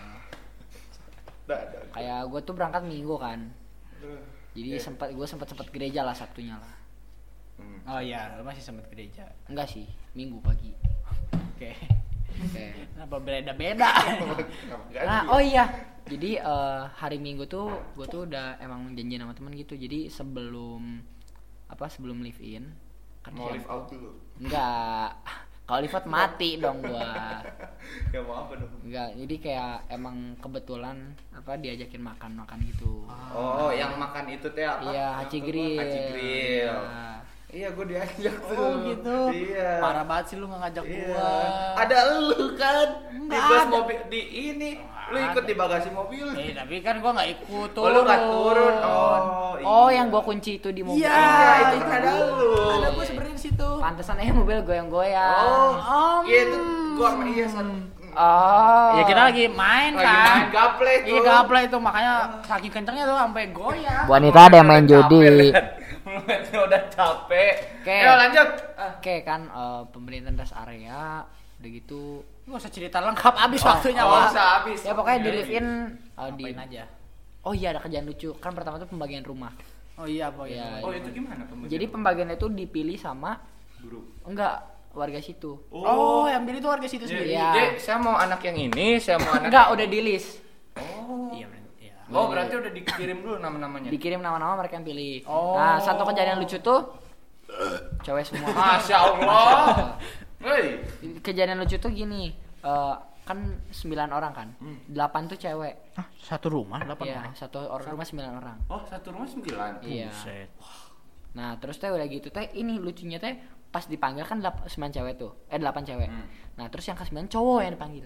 eh, kayak gue tuh berangkat minggu kan. Jadi sempat gue sempat sempat gereja lah Sabtunya lah. Oh iya, lu masih sempet gereja. Enggak sih, minggu pagi. Oke. Oke. Kenapa beda-beda? Nah, oh iya. Jadi eh, hari Minggu tuh gue tuh udah emang janjian sama temen gitu. Jadi sebelum apa sebelum live in kan Mau siang- live out dulu. Enggak. Kalau live out mati dong gua. Ya mau apa dong? Enggak. Jadi kayak emang kebetulan apa diajakin makan-makan gitu. Oh, yang makan itu teh apa? Iya, Haci Grill. Haci Grill. Iya. Iya, gue diajak tuh. Oh gitu. Iya. Parah banget sih lu nggak ngajak Iya. gua. Ada elu kan di Nggak bus ada. mobil di ini. Lu ikut di bagasi mobil. Eh, tapi kan gua nggak ikut Oh, turun. lu nggak turun. Oh, Oh, iya. yang gua kunci itu di mobil. Iya, Iya, itu itu kan ada lu. Ada gua sebenarnya di situ. Pantesan aja mobil goyang-goyang. Oh, Om. iya itu gua sama iya san Oh. Ya kita lagi main Lagi kan. main gaple tuh. Iya gaple itu makanya saking kencengnya tuh sampai goyang. Wanita ada yang main judi. Mulutnya udah capek. Oke. Ayo lanjut. Ah. Oke kan eh, pemerintahan rest area udah gitu. Gak usah cerita lengkap abis Oh, waktunya Oh, Wak. usah habis. Ya pokoknya di Iya, live in eh, di Ngapain aja. Oh iya ada kerjaan lucu. Kan pertama tuh pembagian rumah. Oh iya pokoknya. Iya. Oh, itu gimana pembagian? Jadi pembagiannya itu dipilih sama guru. enggak warga situ. Oh, yang pilih tuh warga situ sendiri. Iya. Jadi saya mau anak yang ini, saya mau anak. Enggak, udah di list. Oh. Iya, bener. Iya. Oh, berarti udah dikirim dulu nama-namanya. Dikirim nama-nama mereka yang pilih. Oh. Nah, satu kejadian lucu tuh cewek semua. Masya Allah. Hei. Kejadian lucu tuh gini, eh, kan sembilan orang kan, delapan tuh cewek. Hah, satu rumah delapan Iya, orang. satu orang rumah sembilan orang. Oh, satu rumah sembilan. Iya. Buset. Nah, terus teh udah gitu teh, ini lucunya teh pas dipanggil kan delap- sembilan cewek tuh, eh delapan cewek. Hmm. Nah, terus yang ke sembilan cowok yang dipanggil.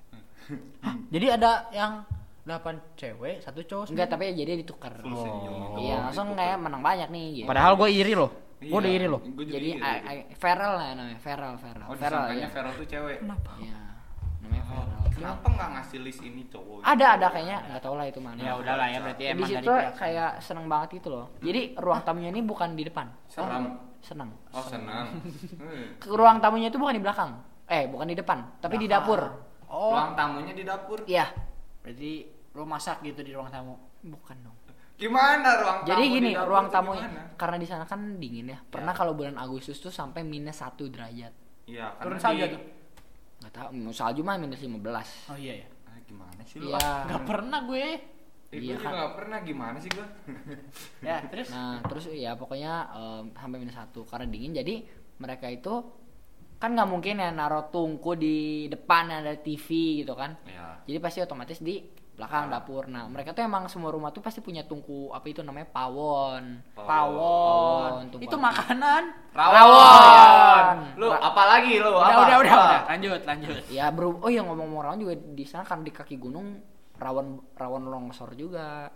Hah, jadi ada yang delapan cewek, satu cowok. Enggak, tapi ya jadi ditukar. Oh. Iya, langsung kayak menang banyak nih. Gitu. Padahal gue iri loh. Gue udah iri loh. Gua juga Jadi iri. I- I- Feral lah namanya, Feral, Feral. Oh, Feral disangkanya ya. Feral tuh cewek. Iya. Namanya Feral. Kenapa nggak ngasih list ini cowok? Ada ada kayaknya, nggak tahu lah itu mana. Ya udahlah ya berarti Di emang situ dari pihak- kayak seneng banget gitu loh. Jadi ruang tamunya ini bukan di depan. Seram. Seneng. Oh, senang. Hmm. Ke ruang tamunya itu bukan di belakang. Eh, bukan di depan, tapi di dapur. Oh, Ruang tamunya di dapur. Iya. berarti lo masak gitu di ruang tamu. Bukan dong. Gimana ruang tamu? Jadi di gini, dapur ruang tuh tamu gimana? karena di sana kan dingin ya. Pernah kalau bulan Agustus tuh sampai minus satu derajat. Iya, Turun karena salju di- tuh. Nggak tahu, salju mah minus lima belas. Oh iya ya. Ah, gimana sih lu? Iya. Gak pernah gue. Eh, Iya gua juga kan. nggak pernah, gimana sih gua? Ya, terus Nah, terus ya pokoknya em, sampai minus satu karena dingin. Jadi mereka itu kan nggak mungkin ya naruh tungku di depan ada T V gitu kan. Iya. Jadi pasti otomatis di belakang dapur. Nah, mereka tuh emang semua rumah tuh pasti punya tungku apa itu namanya pawon. pawon. tungku Itu api. makanan. Rawon. Lu apalagi lu? Udah, apa? udah, udah, Apa? udah. Lanjut, lanjut. Ya bro, oh ya ngomong-ngomong rawon juga di sana kan di kaki gunung rawan rawan longsor juga.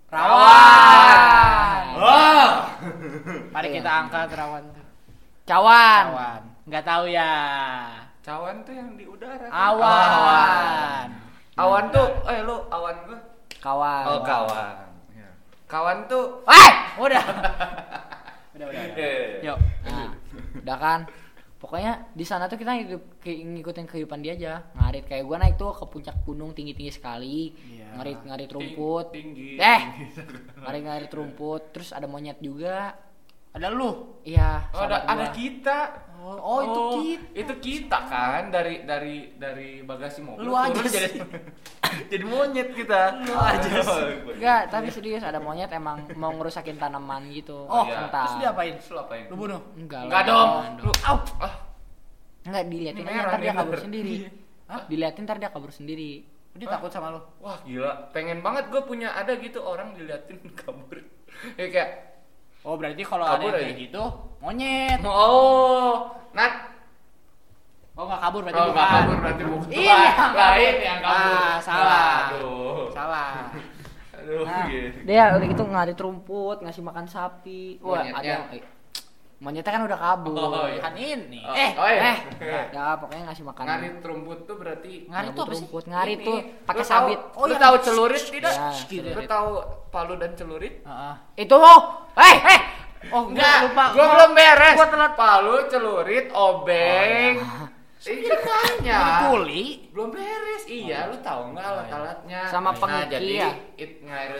Rawan. Wah. Mari Iya. kita angkat rawan. Cawan. Rawan. Nggak tahu ya. Cawan tuh yang di udara. kan? Awan. Awan tuh, eh lu awan gua. Kawan. Oh, kawan. Iya. Kawan tuh. Eh, Udah. Udah, udah, udah. Eh. Yuk. nah, udah kan. Pokoknya di sana tuh kita hidup ke- ngikutin kehidupan dia aja. Ngarit kayak gua naik tuh ke puncak gunung tinggi-tinggi sekali. Iya. Ngarit-ngarit rumput. Tinggi. Eh, ngarit-ngarit rumput. Terus ada monyet juga. Ada lu. Iya, Oh, ada, sahabat ada gua. kita. Oh, itu kita. Itu kita kan dari dari dari bagasi mobil. Lu aja turun sih. jadi jadi monyet kita. Lu aja sih. Enggak, tapi serius ada monyet emang mau ngerusakin tanaman gitu. Oh, iya. Kentang. terus diapain? Lu apain? Lu bunuh. Enggak, Enggak lah, dong. jangan Lu au. Ah. Enggak diliatin Ini aja merah ntar dia nih, kabur bener. sendiri. Hah? Diliatin ntar dia kabur sendiri. Dia takut sama lu. Wah, gila. Pengen banget gue punya ada gitu orang diliatin kabur. Ya kayak Oh, berarti kalau ada Kabur yang aja. kayak gitu, monyet. oh, Nat. Oh, nggak kabur berarti Oh, bukan. nggak kabur berarti bukan. Ini yang kabur. Lain yang kabur. Ah, salah. Aduh. Salah. Aduh, Nah, gitu. dia udah gitu ngarit rumput, ngasih makan sapi. Wah, Monyetnya. ada eh, monyetnya kan udah kabur. Oh, iya. Kan ini. Oh, Eh, oh, iya. Eh, ya pokoknya ngasih makan. Ngarit rumput tuh berarti ngarit tuh apa sih? rumput, ngarit Ini. tuh pakai Lu tahu- sabit. Oh, lu tahu celurit tidak? Ya, gitu. Lu tahu palu dan celurit? Heeh. Itu oh, eh, eh. Oh, Enggak, lupa. gua belum beres. Gua telat palu, celurit, obeng. Oh, Iya makanya. Kuli. Belum beres. Iya, lu tahu enggak alat-alatnya? Sama Nah, pengiki jadi ya? it ngarit.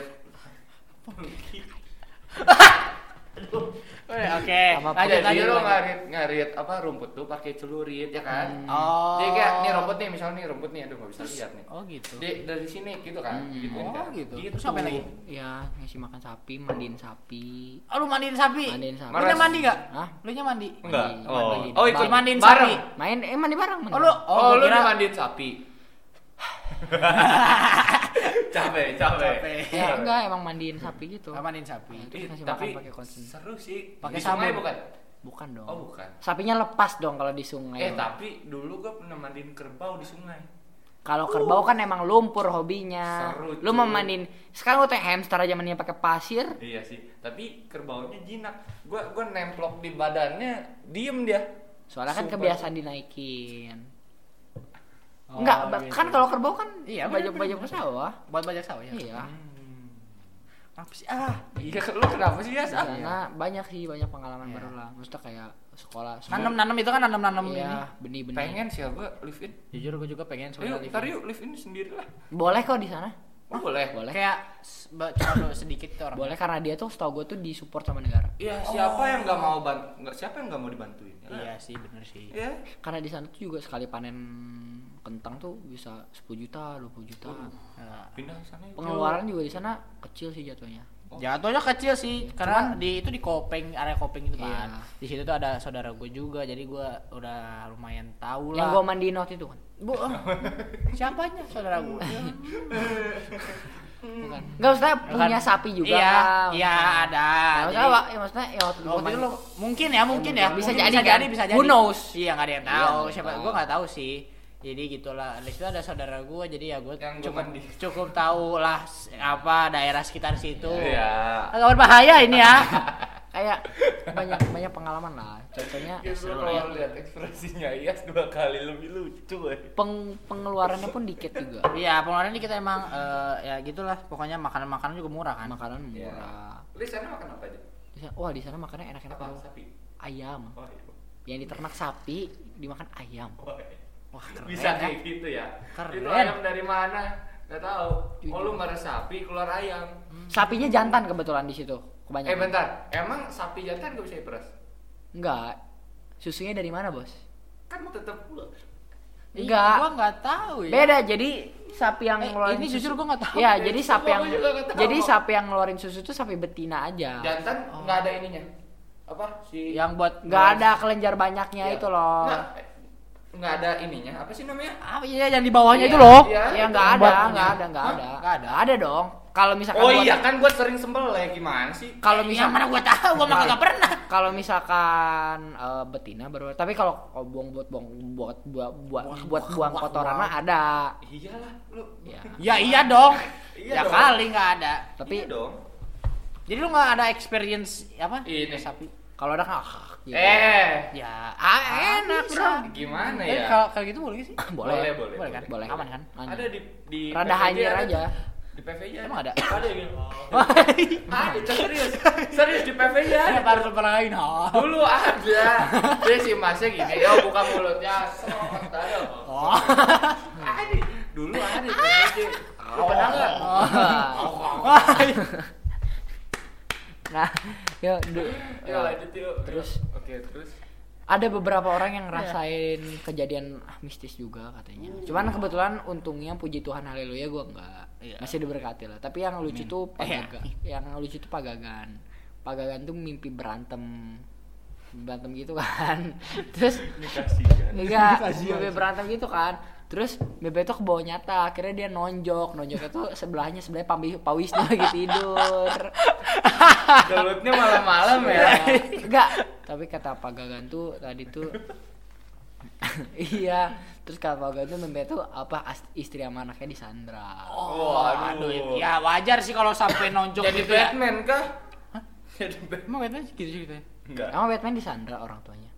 Oke, oke. Sama Lanjut, Jadi lanjut. lu lanjut. ngarit ngarit apa rumput tuh pakai celurit ya kan? Oh. Jadi kayak nih rumput nih, misalnya nih rumput nih, aduh nggak bisa lihat nih. Oh, gitu. Di, dari sini gitu kan? Hmm. Gituin Oh, kan? gitu. Terus apa lagi? Ya, ngasih makan sapi, mandiin sapi. Oh, lu mandiin sapi? Mandiin sapi. Lu nya mandi enggak? Hah? Lu nya mandi? Enggak. Mandi, Oh. mandi. Oh, ikut Mandiin bareng. sapi. Main eh mandi bareng. mandi Oh, lu bareng. Oh, oh, lu gua kira dimandiin sapi. capek, capek. capek. Ya enggak, emang mandiin sapi gitu. Ah, mandiin sapi. Terus Ih, ngasih tapi makan pakai konsen. seru sih. Pakai Di sungai sabun. bukan? Bukan dong. Oh, bukan. Sapinya lepas dong kalau di sungai. Eh, tapi dulu gua pernah mandiin kerbau di sungai. Kalau kerbau kan emang lumpur hobinya. Seru, Lu cuy. mau mandiin. Sekarang gua teh hamster aja mandiin pakai pasir. Iya sih, tapi kerbaunya jinak. Gua gua nemplok di badannya, diem dia. Soalnya kan Sumpah. kebiasaan dinaikin. Oh, Enggak, ba- gitu. kan kalau kerbau kan Iya, bajak-bajak bener-bener. sawah. Buat bajak sawah ya. Iya. Apa sih ah? Iya, lu kenapa sih ya? Di sana banyak sih banyak pengalaman baru lah. Maksudnya kayak sekolah. Nanam-nanam itu kan nanam-nanam ini. Iya, benih-benih. Pengen sih gua live in. Jujur gue juga pengen Ayo, sebenarnya. ntar yuk live in sendiri lah. Boleh kok di sana. Oh, boleh. Boleh. Kayak s- ba- cuma sedikit tuh orang. Boleh karena dia tuh setahu gue tuh disupport sama negara. Iya, siapa yang nggak mau bantu? Nggak siapa yang nggak mau dibantuin? Ya? Iya sih, bener sih. Iya. Karena di sana tuh juga sekali panen kentang tuh bisa sepuluh juta, dua puluh juta. Nah, Pindah ke sana. yuk. Pengeluaran juga di sana kecil sih jatuhnya. jatuhnya kecil sih, karena di itu di Kopeng, area Kopeng itu kan. Iya. Di situ tuh ada saudara gue juga, jadi gue udah lumayan tahu Yang lah. gua mandiin waktu itu kan. Bu, siapanya saudara gue? Bukan. Enggak usah punya sapi juga. Iya, kan. iya ada. Ya, Jadi- maksudnya, Wak, ya, maksudnya ya waktu, Oh, waktu itu lo mungkin ya, mungkin ya. Bisa Mungkin jadi bisa kan? jadi, bisa jadi. Who knows? Iya, nggak ada yang Iya, tahu. nggak Siapa tahu. gue nggak tahu sih. Jadi gitulah. Di situ ada saudara gue, jadi ya gue Yang gua cukup mandi. cukup tahu lah s- apa daerah sekitar situ. Iya. Agak berbahaya ini ya. kayak banyak banyak pengalaman lah. Contohnya Ya, seru kalau lah ya. lihat ekspresinya Iyas dua kali lebih lucu eh. Peng, pengeluarannya pun dikit juga. Iya, pengeluaran ini kita emang eh, ya gitulah. Pokoknya makanan-makanan juga murah kan. Makanan Iya. murah. Lu di sana makan apa aja? Di sana- Wah di sana makannya enak-enak Apa banget. sapi? Ayam. Oh, iya. Yang diternak sapi dimakan ayam. Oh, iya. Wah, keren Bisa ya. kayak gitu ya? Keren. Itu ayam dari mana? Gak tahu. Oh, lu marah sapi keluar ayam. Sapinya jantan kebetulan di situ. Kebanyakan. Eh bentar, emang sapi jantan gak bisa diperas? Enggak. Susunya dari mana, Bos? Kan tetap pulang. Enggak. Gua nggak tahu ya. Beda. Jadi sapi yang Eh, ngeluarin ini jujur susu- gua nggak tahu. Iya, Eh, jadi sumpah sapi yang gua juga nggak tahu. jadi sapi yang ngeluarin susu tuh sapi betina aja. Jantan nggak ada ininya. Apa si? Yang buat Enggak ada kelenjar banyaknya Iya. itu loh. Nggak, nggak ada ininya. Apa sih namanya? Ah, iya yang di bawahnya Iya, itu loh. iya. Ya enggak ada, Buat- enggak ada, enggak Hah? ada. Nggak ada? Ada dong. Kalau misalkan Oh buat- iya kan gue sering sembelih gimana sih? kalau Yang misalkan mana gua tahu, gua mah kagak pernah. kalau misalkan eh, betina baru, tapi kalau kalau buang buat buang buat buat buat buat buang kotoran mah ada. Iyalah lu. Ya. Ya iya dong. Iya ya dong. kali nggak ada. Tapi Iya dong. Jadi lu nggak ada experience apa? Ini. sapi. kalau ada kan ah, gitu. Eh, Ya, Ah, enak, bisa. Bro. gimana Eh, ya? kalau kayak gitu boleh sih? Boleh. boleh, Boleh kan? Boleh. Aman kan? Ada di di Rada P V J hanyir ada aja. tuh. Di P V J Emang ada? Ada gitu. Ada serius. Serius di P V J ada. Ada baru lain. Oh. Dulu ada. Dia si masnya gini, yo buka mulutnya. Serot ada. Oh. Ada. Dulu ada di P V J. Lu pernah enggak? Nah, yuk, du- Yuk lanjut yuk. Terus? Oke, terus. ada beberapa orang yang ngerasain kejadian ah, mistis juga katanya. Cuman kebetulan untungnya puji Tuhan haleluya gua enggak. Iya. Masih diberkati lah. Tapi yang lucu tuh pagaga. Yang lucu tuh pagagan. Pagagan tuh mimpi berantem. Berantem gitu kan. Terus Dikasih enggak mimpi berantem gitu kan. Terus Bebe itu ke bawah nyata, akhirnya dia nonjok, nonjoknya tuh sebelahnya sebelahnya Pak Pak Wisnu lagi tidur. Gelutnya malam-malam ya. Enggak, tapi kata Pak Gagan tuh tadi tuh iya, terus kata Pak Gagan tuh Bebe tuh apa as- istri sama anaknya disandra. Oh, Aduh, ya wajar sih kalau sampai nonjok Jadi gitu ya. Batman kah? Jadi Batman. Emang Batman gitu gitu ya? Enggak. Emang Batman disandra orang tuanya?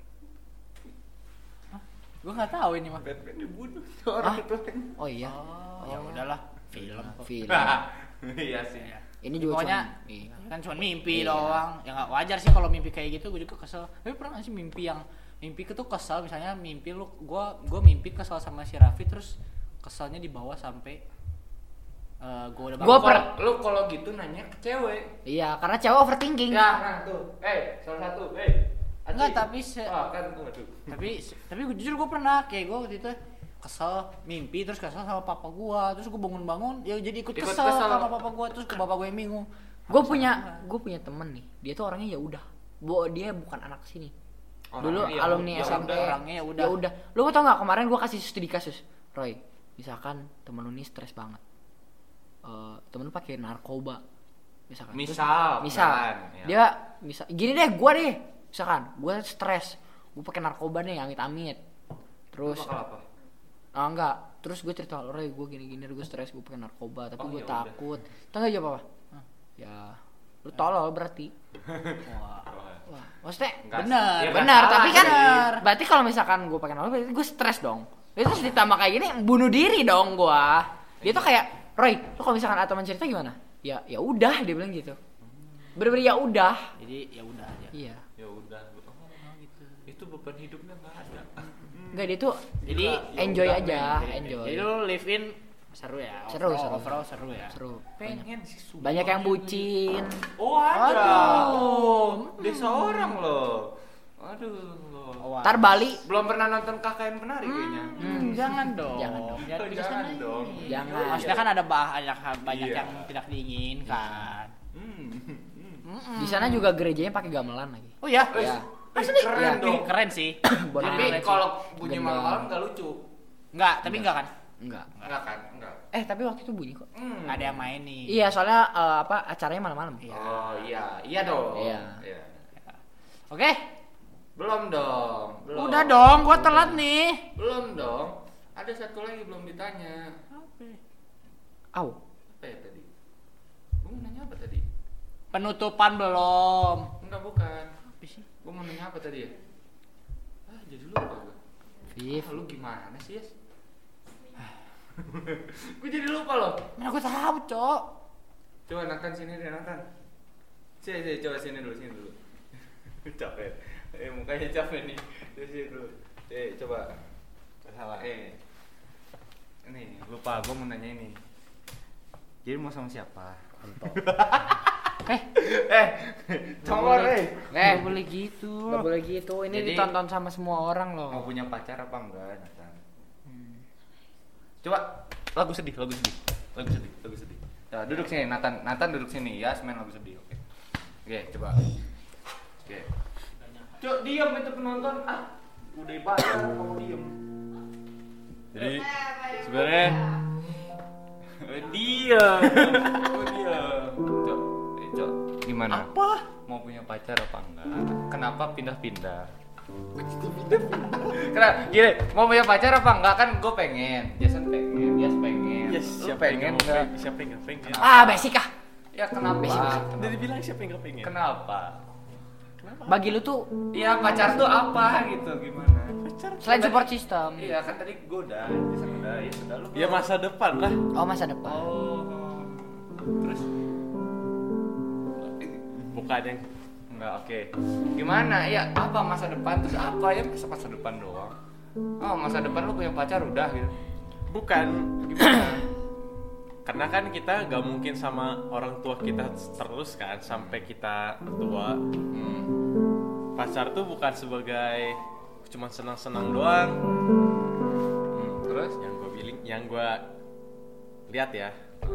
Gua nggak tahu ini mah. Batman dibunuh orang tuanya. Oh iya. Oh, ya udahlah, film kok. Film. Iya sih. Ini juga Pokoknya cuman- iya. kan cuma mimpi Iya. doang. Ya nggak wajar sih kalau mimpi kayak gitu, gue juga kesel. Tapi pernah nggak sih mimpi yang mimpi itu kesel, misalnya mimpi lu, gua gua mimpi kesel sama si Raffi, terus keselnya dibawa sampai eh gua udah Gua bangun. per- Lu kalau gitu nanya ke cewek. Iya, karena cewek overthinking. Ya, nah tuh. Eh, salah satu. Eh. Enggak, tapi se- Ah, kan tuh aduh. tapi tapi gua jujur gue pernah kayak gue waktu itu kesel mimpi, terus kesel sama papa gua, terus gue bangun-bangun ya jadi ikut, Ikut kesel, kesel. sama papa gua, terus ke bapak gue yang bingung. Gue punya gue punya temen nih, dia tuh orangnya ya udah, bu dia bukan anak sini. Dulu Orangnya ya alumni udah, S M P, orangnya ya udah. ya udah. Lu tau nggak kemarin gue kasih studi kasus, Roy. Misalkan temen lu nih stres banget, Eh temen lu pakai narkoba, misalkan. Terus- Misal, misal, kan, ya. dia misal, gini deh, gue deh, misalkan gue stres, gue pakai narkoba nih, amit-amit. Terus, Lu bakal apa? ah enggak, terus gue cerita, Roy gue gini-gini, gue stres, gue pakai narkoba, tapi Oh, gue ya udah. takut. Tau nggak jawab apa? Ya, lu tolol berarti. Wah. Wah, maksudnya Enggak. Bener, Ya, benar, salah tapi kan sih. berarti kalau misalkan gue pakai narkoba, berarti gue stres dong. Terus ditambah kayak gini bunuh diri dong gua. Dia tuh kayak, "Roy, lu kalau misalkan ada teman cerita gimana?" Ya, ya udah dia bilang gitu. Bener-bener ya udah. Jadi ya udah aja. Iya. Ya udah. Oh, gitu. Itu beban hidupnya nggak ada. Enggak dia tuh Jadi enjoy udah, aja, Jadi- enjoy. Jadi lu live in seru ya. Seru, overall, seru. overall seru ya. Seru. Pengen sih. sumpah. Banyak yang bucin. Oh ada. Aduh. Oh, desa orang loh. Aduh. Oh, Ntar Bali Belum pernah nonton K K N Penari kayaknya. Hmm, jangan dong. Jangan dong. Jangan, Oh, ke jangan sana. dong. Jangan. Maksudnya kan ada banyak banyak Iya. yang tidak diinginkan. Hmm. di sana juga gerejanya pakai gamelan lagi. Oh ya? Iya. Asli keren Iya. dong. Keren sih. Buat Tapi anak. kalau bunyi Gendang. malam-malam nggak lucu. Enggak, tapi enggak kan? Enggak. Enggak kan? Enggak. Eh, tapi waktu itu bunyi kok. Hmm. Ada yang main nih. Iya, soalnya eh, apa acaranya malam-malam. Oh iya, iya dong. Iya. Iya. Oke. Belum dong. Belum. Udah dong, gua telat nih. Belum dong. Ada satu lagi belum ditanya. Au. Apa ya tadi? Gue mau nanya apa tadi? Penutupan belum. Enggak bukan. Apa sih? Gue mau nanya apa tadi ya? Ah jadi lupa gue. Viv. Ah, lu gimana sih Yes? Gue jadi lupa loh. Mana gua tahu, Cok. Coba Nathan sini deh Nathan. Sini, sini coba sini dulu sini dulu. Capek. Eh mukanya capek nih. Sini, sini dulu. Eh coba. Salah. Eh. Ini lupa gue mau nanya ini. Jadi mau sama siapa? Eh, eh, congol eh. eh, Nggak boleh gitu. nggak boleh gitu. Ini Jadi- ditonton sama semua orang loh. Mau punya pacar apa enggak, Nathan? Coba lagu sedih, lagu sedih. Lagu sedih, lagu sedih. Nah, duduk sini, Nathan. Nathan duduk sini. Ya, main lagu sedih. Oke. Oke, coba. Oke. Cok, diam itu penonton. Ah, udah bayar kamu diam. Jadi sebenarnya Eh, diam. Oh, diam. Cok, eh, Cok, gimana? apa? Mau punya pacar apa enggak? Kenapa pindah-pindah? Kenapa? Gini, mau punya pacar apa enggak? Kan gue pengen, Jason pengen, Jas pengen. Yes, Lu siapa pengen yang enggak? pengen? Siapa yang nggak pengen? Ah, basic ah. Ya kenapa? Udah dibilang siapa yang nggak pengen? Kenapa? Bagi lu tuh Iya pacar tuh apa gitu gimana? Pacar. selain support system. Iya kan tadi gue udah, Jason udah, ya sudah lu. Ya masa depan lah. Oh, masa depan. Oh. Terus? Bukan yang Enggak, oke. Gimana? Ya apa masa depan terus apa ya masa masa depan doang? Oh masa depan lu punya pacar udah gitu. bukan. Gimana? Karena kan kita gak mungkin sama orang tua kita terus kan sampai kita tua. Hmm. Pacar tuh bukan sebagai cuma senang-senang doang. Hmm, terus? Yang gue bilang, yang gue lihat ya.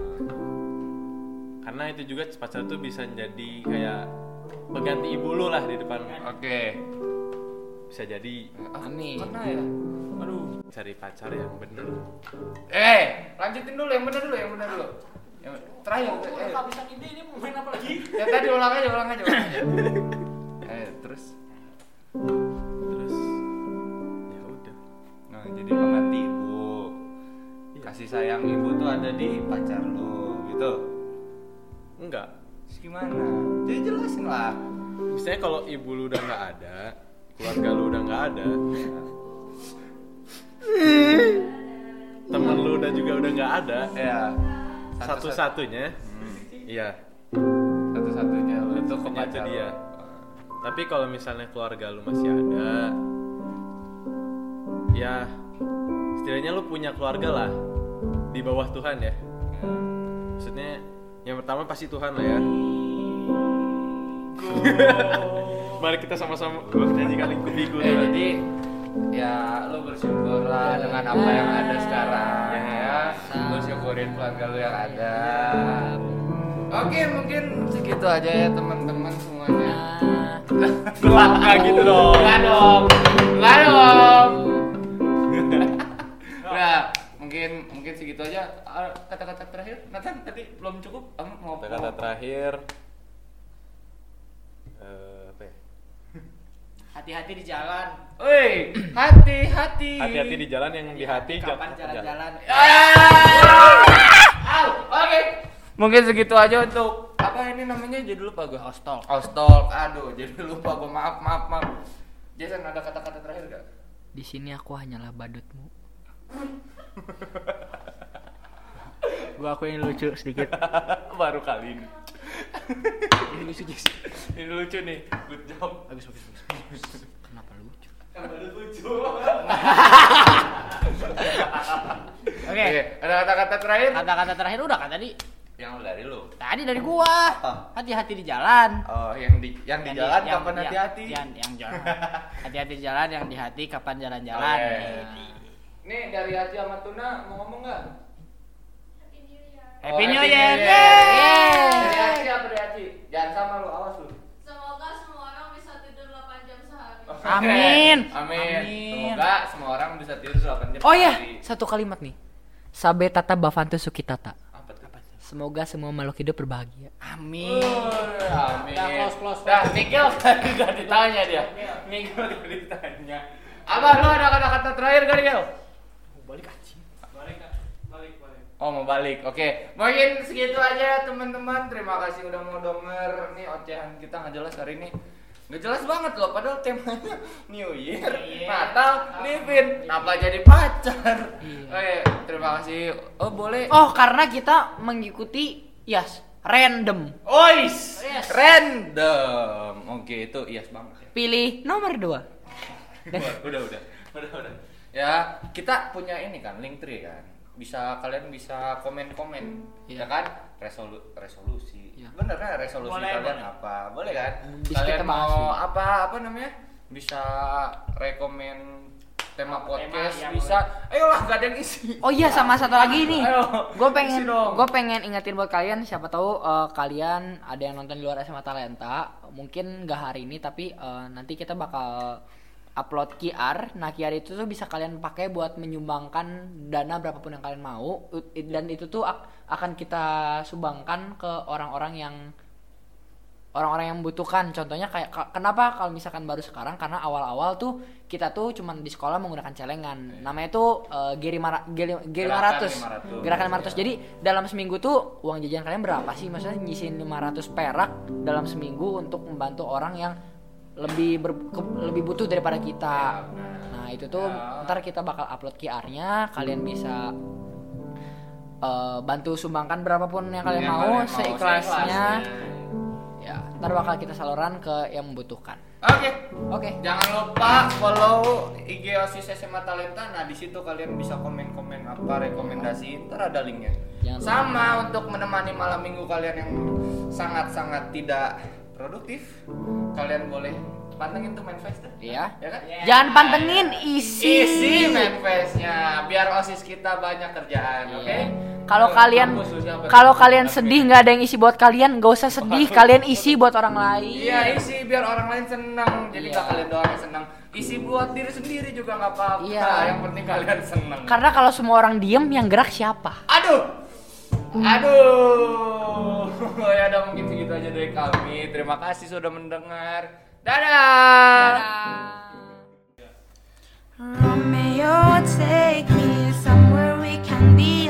Karena itu juga pacar tuh bisa jadi kayak pengganti ibu lu lah di depan. Oke. Bisa jadi Amin. Mana ya? Aduh. cari pacar yang bener. Eh, lanjutin dulu yang benar dulu, yang benar dulu. Yang terakhir. Eh, Kehabisan ide ini mau main apa lagi? ya tadi ulang aja, ulang aja, ulang aja. Eh, terus Terus ya udah. nah jadi pengganti ibu. Kasih sayang ibu tuh ada di pacar lu, gitu. Enggak. Terus gimana? Jadi jelasin lah. Misalnya kalau ibu lu udah nggak ada, keluarga lu udah nggak ada, temen lu udah juga udah nggak ada, Ya. satu-satunya, iya, Satu-satunya lu tuh ke punya itu pacar dia. lu. Tapi kalau misalnya keluarga lu masih ada, ya setidaknya lu punya keluarga lah di bawah Tuhan ya. Maksudnya yang pertama pasti Tuhan lah ya. Mari kita sama-sama nyanyikan lingkup biku. Eh, jadi ya lu bersyukur lah dengan apa yang ada sekarang ya. Lu syukurin keluarga lu yang ada. Oke, mungkin segitu aja ya teman-teman semuanya. Enggak gitu dong. Enggak dong. Enggak dong. Nah, mungkin mungkin segitu aja. Ah, kata-kata terakhir, Nathan tadi belum cukup. Kamu mau Kata-kata terakhir eh, apa ya? Hati-hati di jalan. Woi, hati-hati. Hati-hati di jalan yang di hati Kapan jangan- jalan-jalan? Au, oke. Mungkin segitu aja untuk apa ini namanya jadi lupa gue. Hostel. Hostel. Aduh, jadi lupa gue. Maaf, maaf, maaf. Jason ada kata-kata terakhir gak? Di sini aku hanyalah badutmu. Gua akuin lucu sedikit. Baru kali ini. Ini lucu Jis. Ini lucu nih. Good job. Bagus bagus bagus. Kenapa lucu? Kan lucu. Oke. Oke, ada kata-kata terakhir? Kata-kata terakhir udah kan tadi? Yang dari lu. Tadi dari gua. Hati-hati di jalan. Oh, yang di yang di Yang jalan yang- kapan yang- hati-hati? Yang yang jalan. Hati-hati di jalan, yang di hati kapan jalan-jalan. Oke. Nih. Nih dari Hati sama Tuna mau ngomong nggak? Happy Oh, New Happy Year. New Year. Yeay. Dari Hati apa dari Hati? Jangan sama lu, awas lu. Semoga semua orang bisa tidur delapan jam sehari. Amin. Amin. Amin. Semoga semua orang bisa tidur delapan jam. Oh iya, sehari. satu kalimat nih. Sabe tata bavantu sukitata. Apa tuh? Semoga semua makhluk hidup berbahagia. Amin. Uh, amin. Udah, close, close, Dah, close. Nikhil tadi gak ditanya dia. Nikhil gak ditanya. Abah, lu ada kata-kata terakhir gak, Nikhil? Balik anjing. Oh, mau balik. Oke. Mungkin segitu aja teman-teman. Terima kasih udah mau denger. Nih ocehan kita nggak jelas hari ini. Nggak jelas banget loh, padahal temanya New Year, Natal, Livin. Apa jadi pacar? Oke, terima kasih. Oh, boleh. Oh, karena kita mengikuti yes, random. Ois. Yes. Random. Oke, itu yes banget ya. Pilih nomor dua. udah, udah, udah, udah, udah. Ya, kita punya ini kan, link tree kan. Bisa kalian bisa komen-komen, Iya. ya kan? Resolu resolusi. Iya. Bener kan resolusi Boleh, kalian boleh. apa? Boleh kan? Bisa kalian kita bahas mau sih. apa apa namanya? Bisa rekomen tema podcast Tema, iya, bisa. Ayolah, gak ada yang isi. Oh iya, sama satu lagi nih. Ayo, Gue isi pengen dong. gue pengen ingetin buat kalian, siapa tahu eh, kalian ada yang nonton di luar S M A Talenta, mungkin nggak hari ini tapi eh, nanti kita bakal upload Q R. Nah, Q R itu tuh bisa kalian pakai buat menyumbangkan dana berapapun yang kalian mau, U- dan itu tuh ak- akan kita sumbangkan ke orang-orang yang orang-orang yang membutuhkan. Contohnya kayak ka- kenapa kalau misalkan baru sekarang, karena awal-awal tuh kita tuh cuman di sekolah menggunakan celengan. Namanya tuh uh, G lima ratus. Gerakan Gerakan lima ratus. Jadi dalam seminggu tuh uang jajan kalian berapa sih? Maksudnya nyisihin lima ratus perak dalam seminggu untuk membantu orang yang lebih ber- ke- lebih butuh daripada kita. Nah, itu tuh ntar kita bakal upload Q R-nya, kalian bisa uh, bantu sumbangkan berapapun yang kalian Yang mau, kalian mau, seikhlasnya. seikhlasnya. Ya, ntar bakal kita saluran ke yang membutuhkan. Oke. Oke. Jangan lupa follow I G OSIS S M A Talenta. Nah, di situ kalian bisa komen-komen apa rekomendasi, ntar ada linknya. Jangan lupa. Sama untuk menemani malam minggu kalian yang sangat-sangat tidak produktif, kalian boleh pantengin tuh Manfest tuh. Iya. Ya kan? Jangan pantengin isi. Isi Manfestnya biar OSIS kita banyak kerjaan, Iya. oke? Kalau Oh, kalian kampus lu siapa? kalau kalian sedih nggak ada yang isi buat kalian, nggak usah sedih, kalian isi buat orang lain. Iya, isi biar orang lain senang. Jadi Iya. nggak kalian doang yang senang. Isi buat diri sendiri juga nggak apa-apa. Iya. Yang penting kalian senang. Karena kalau semua orang diem, yang gerak siapa? Aduh. Aduh. Ya udah mungkin segitu aja dari kami. Terima kasih sudah mendengar. Dadah. Romeo, take me somewhere we can be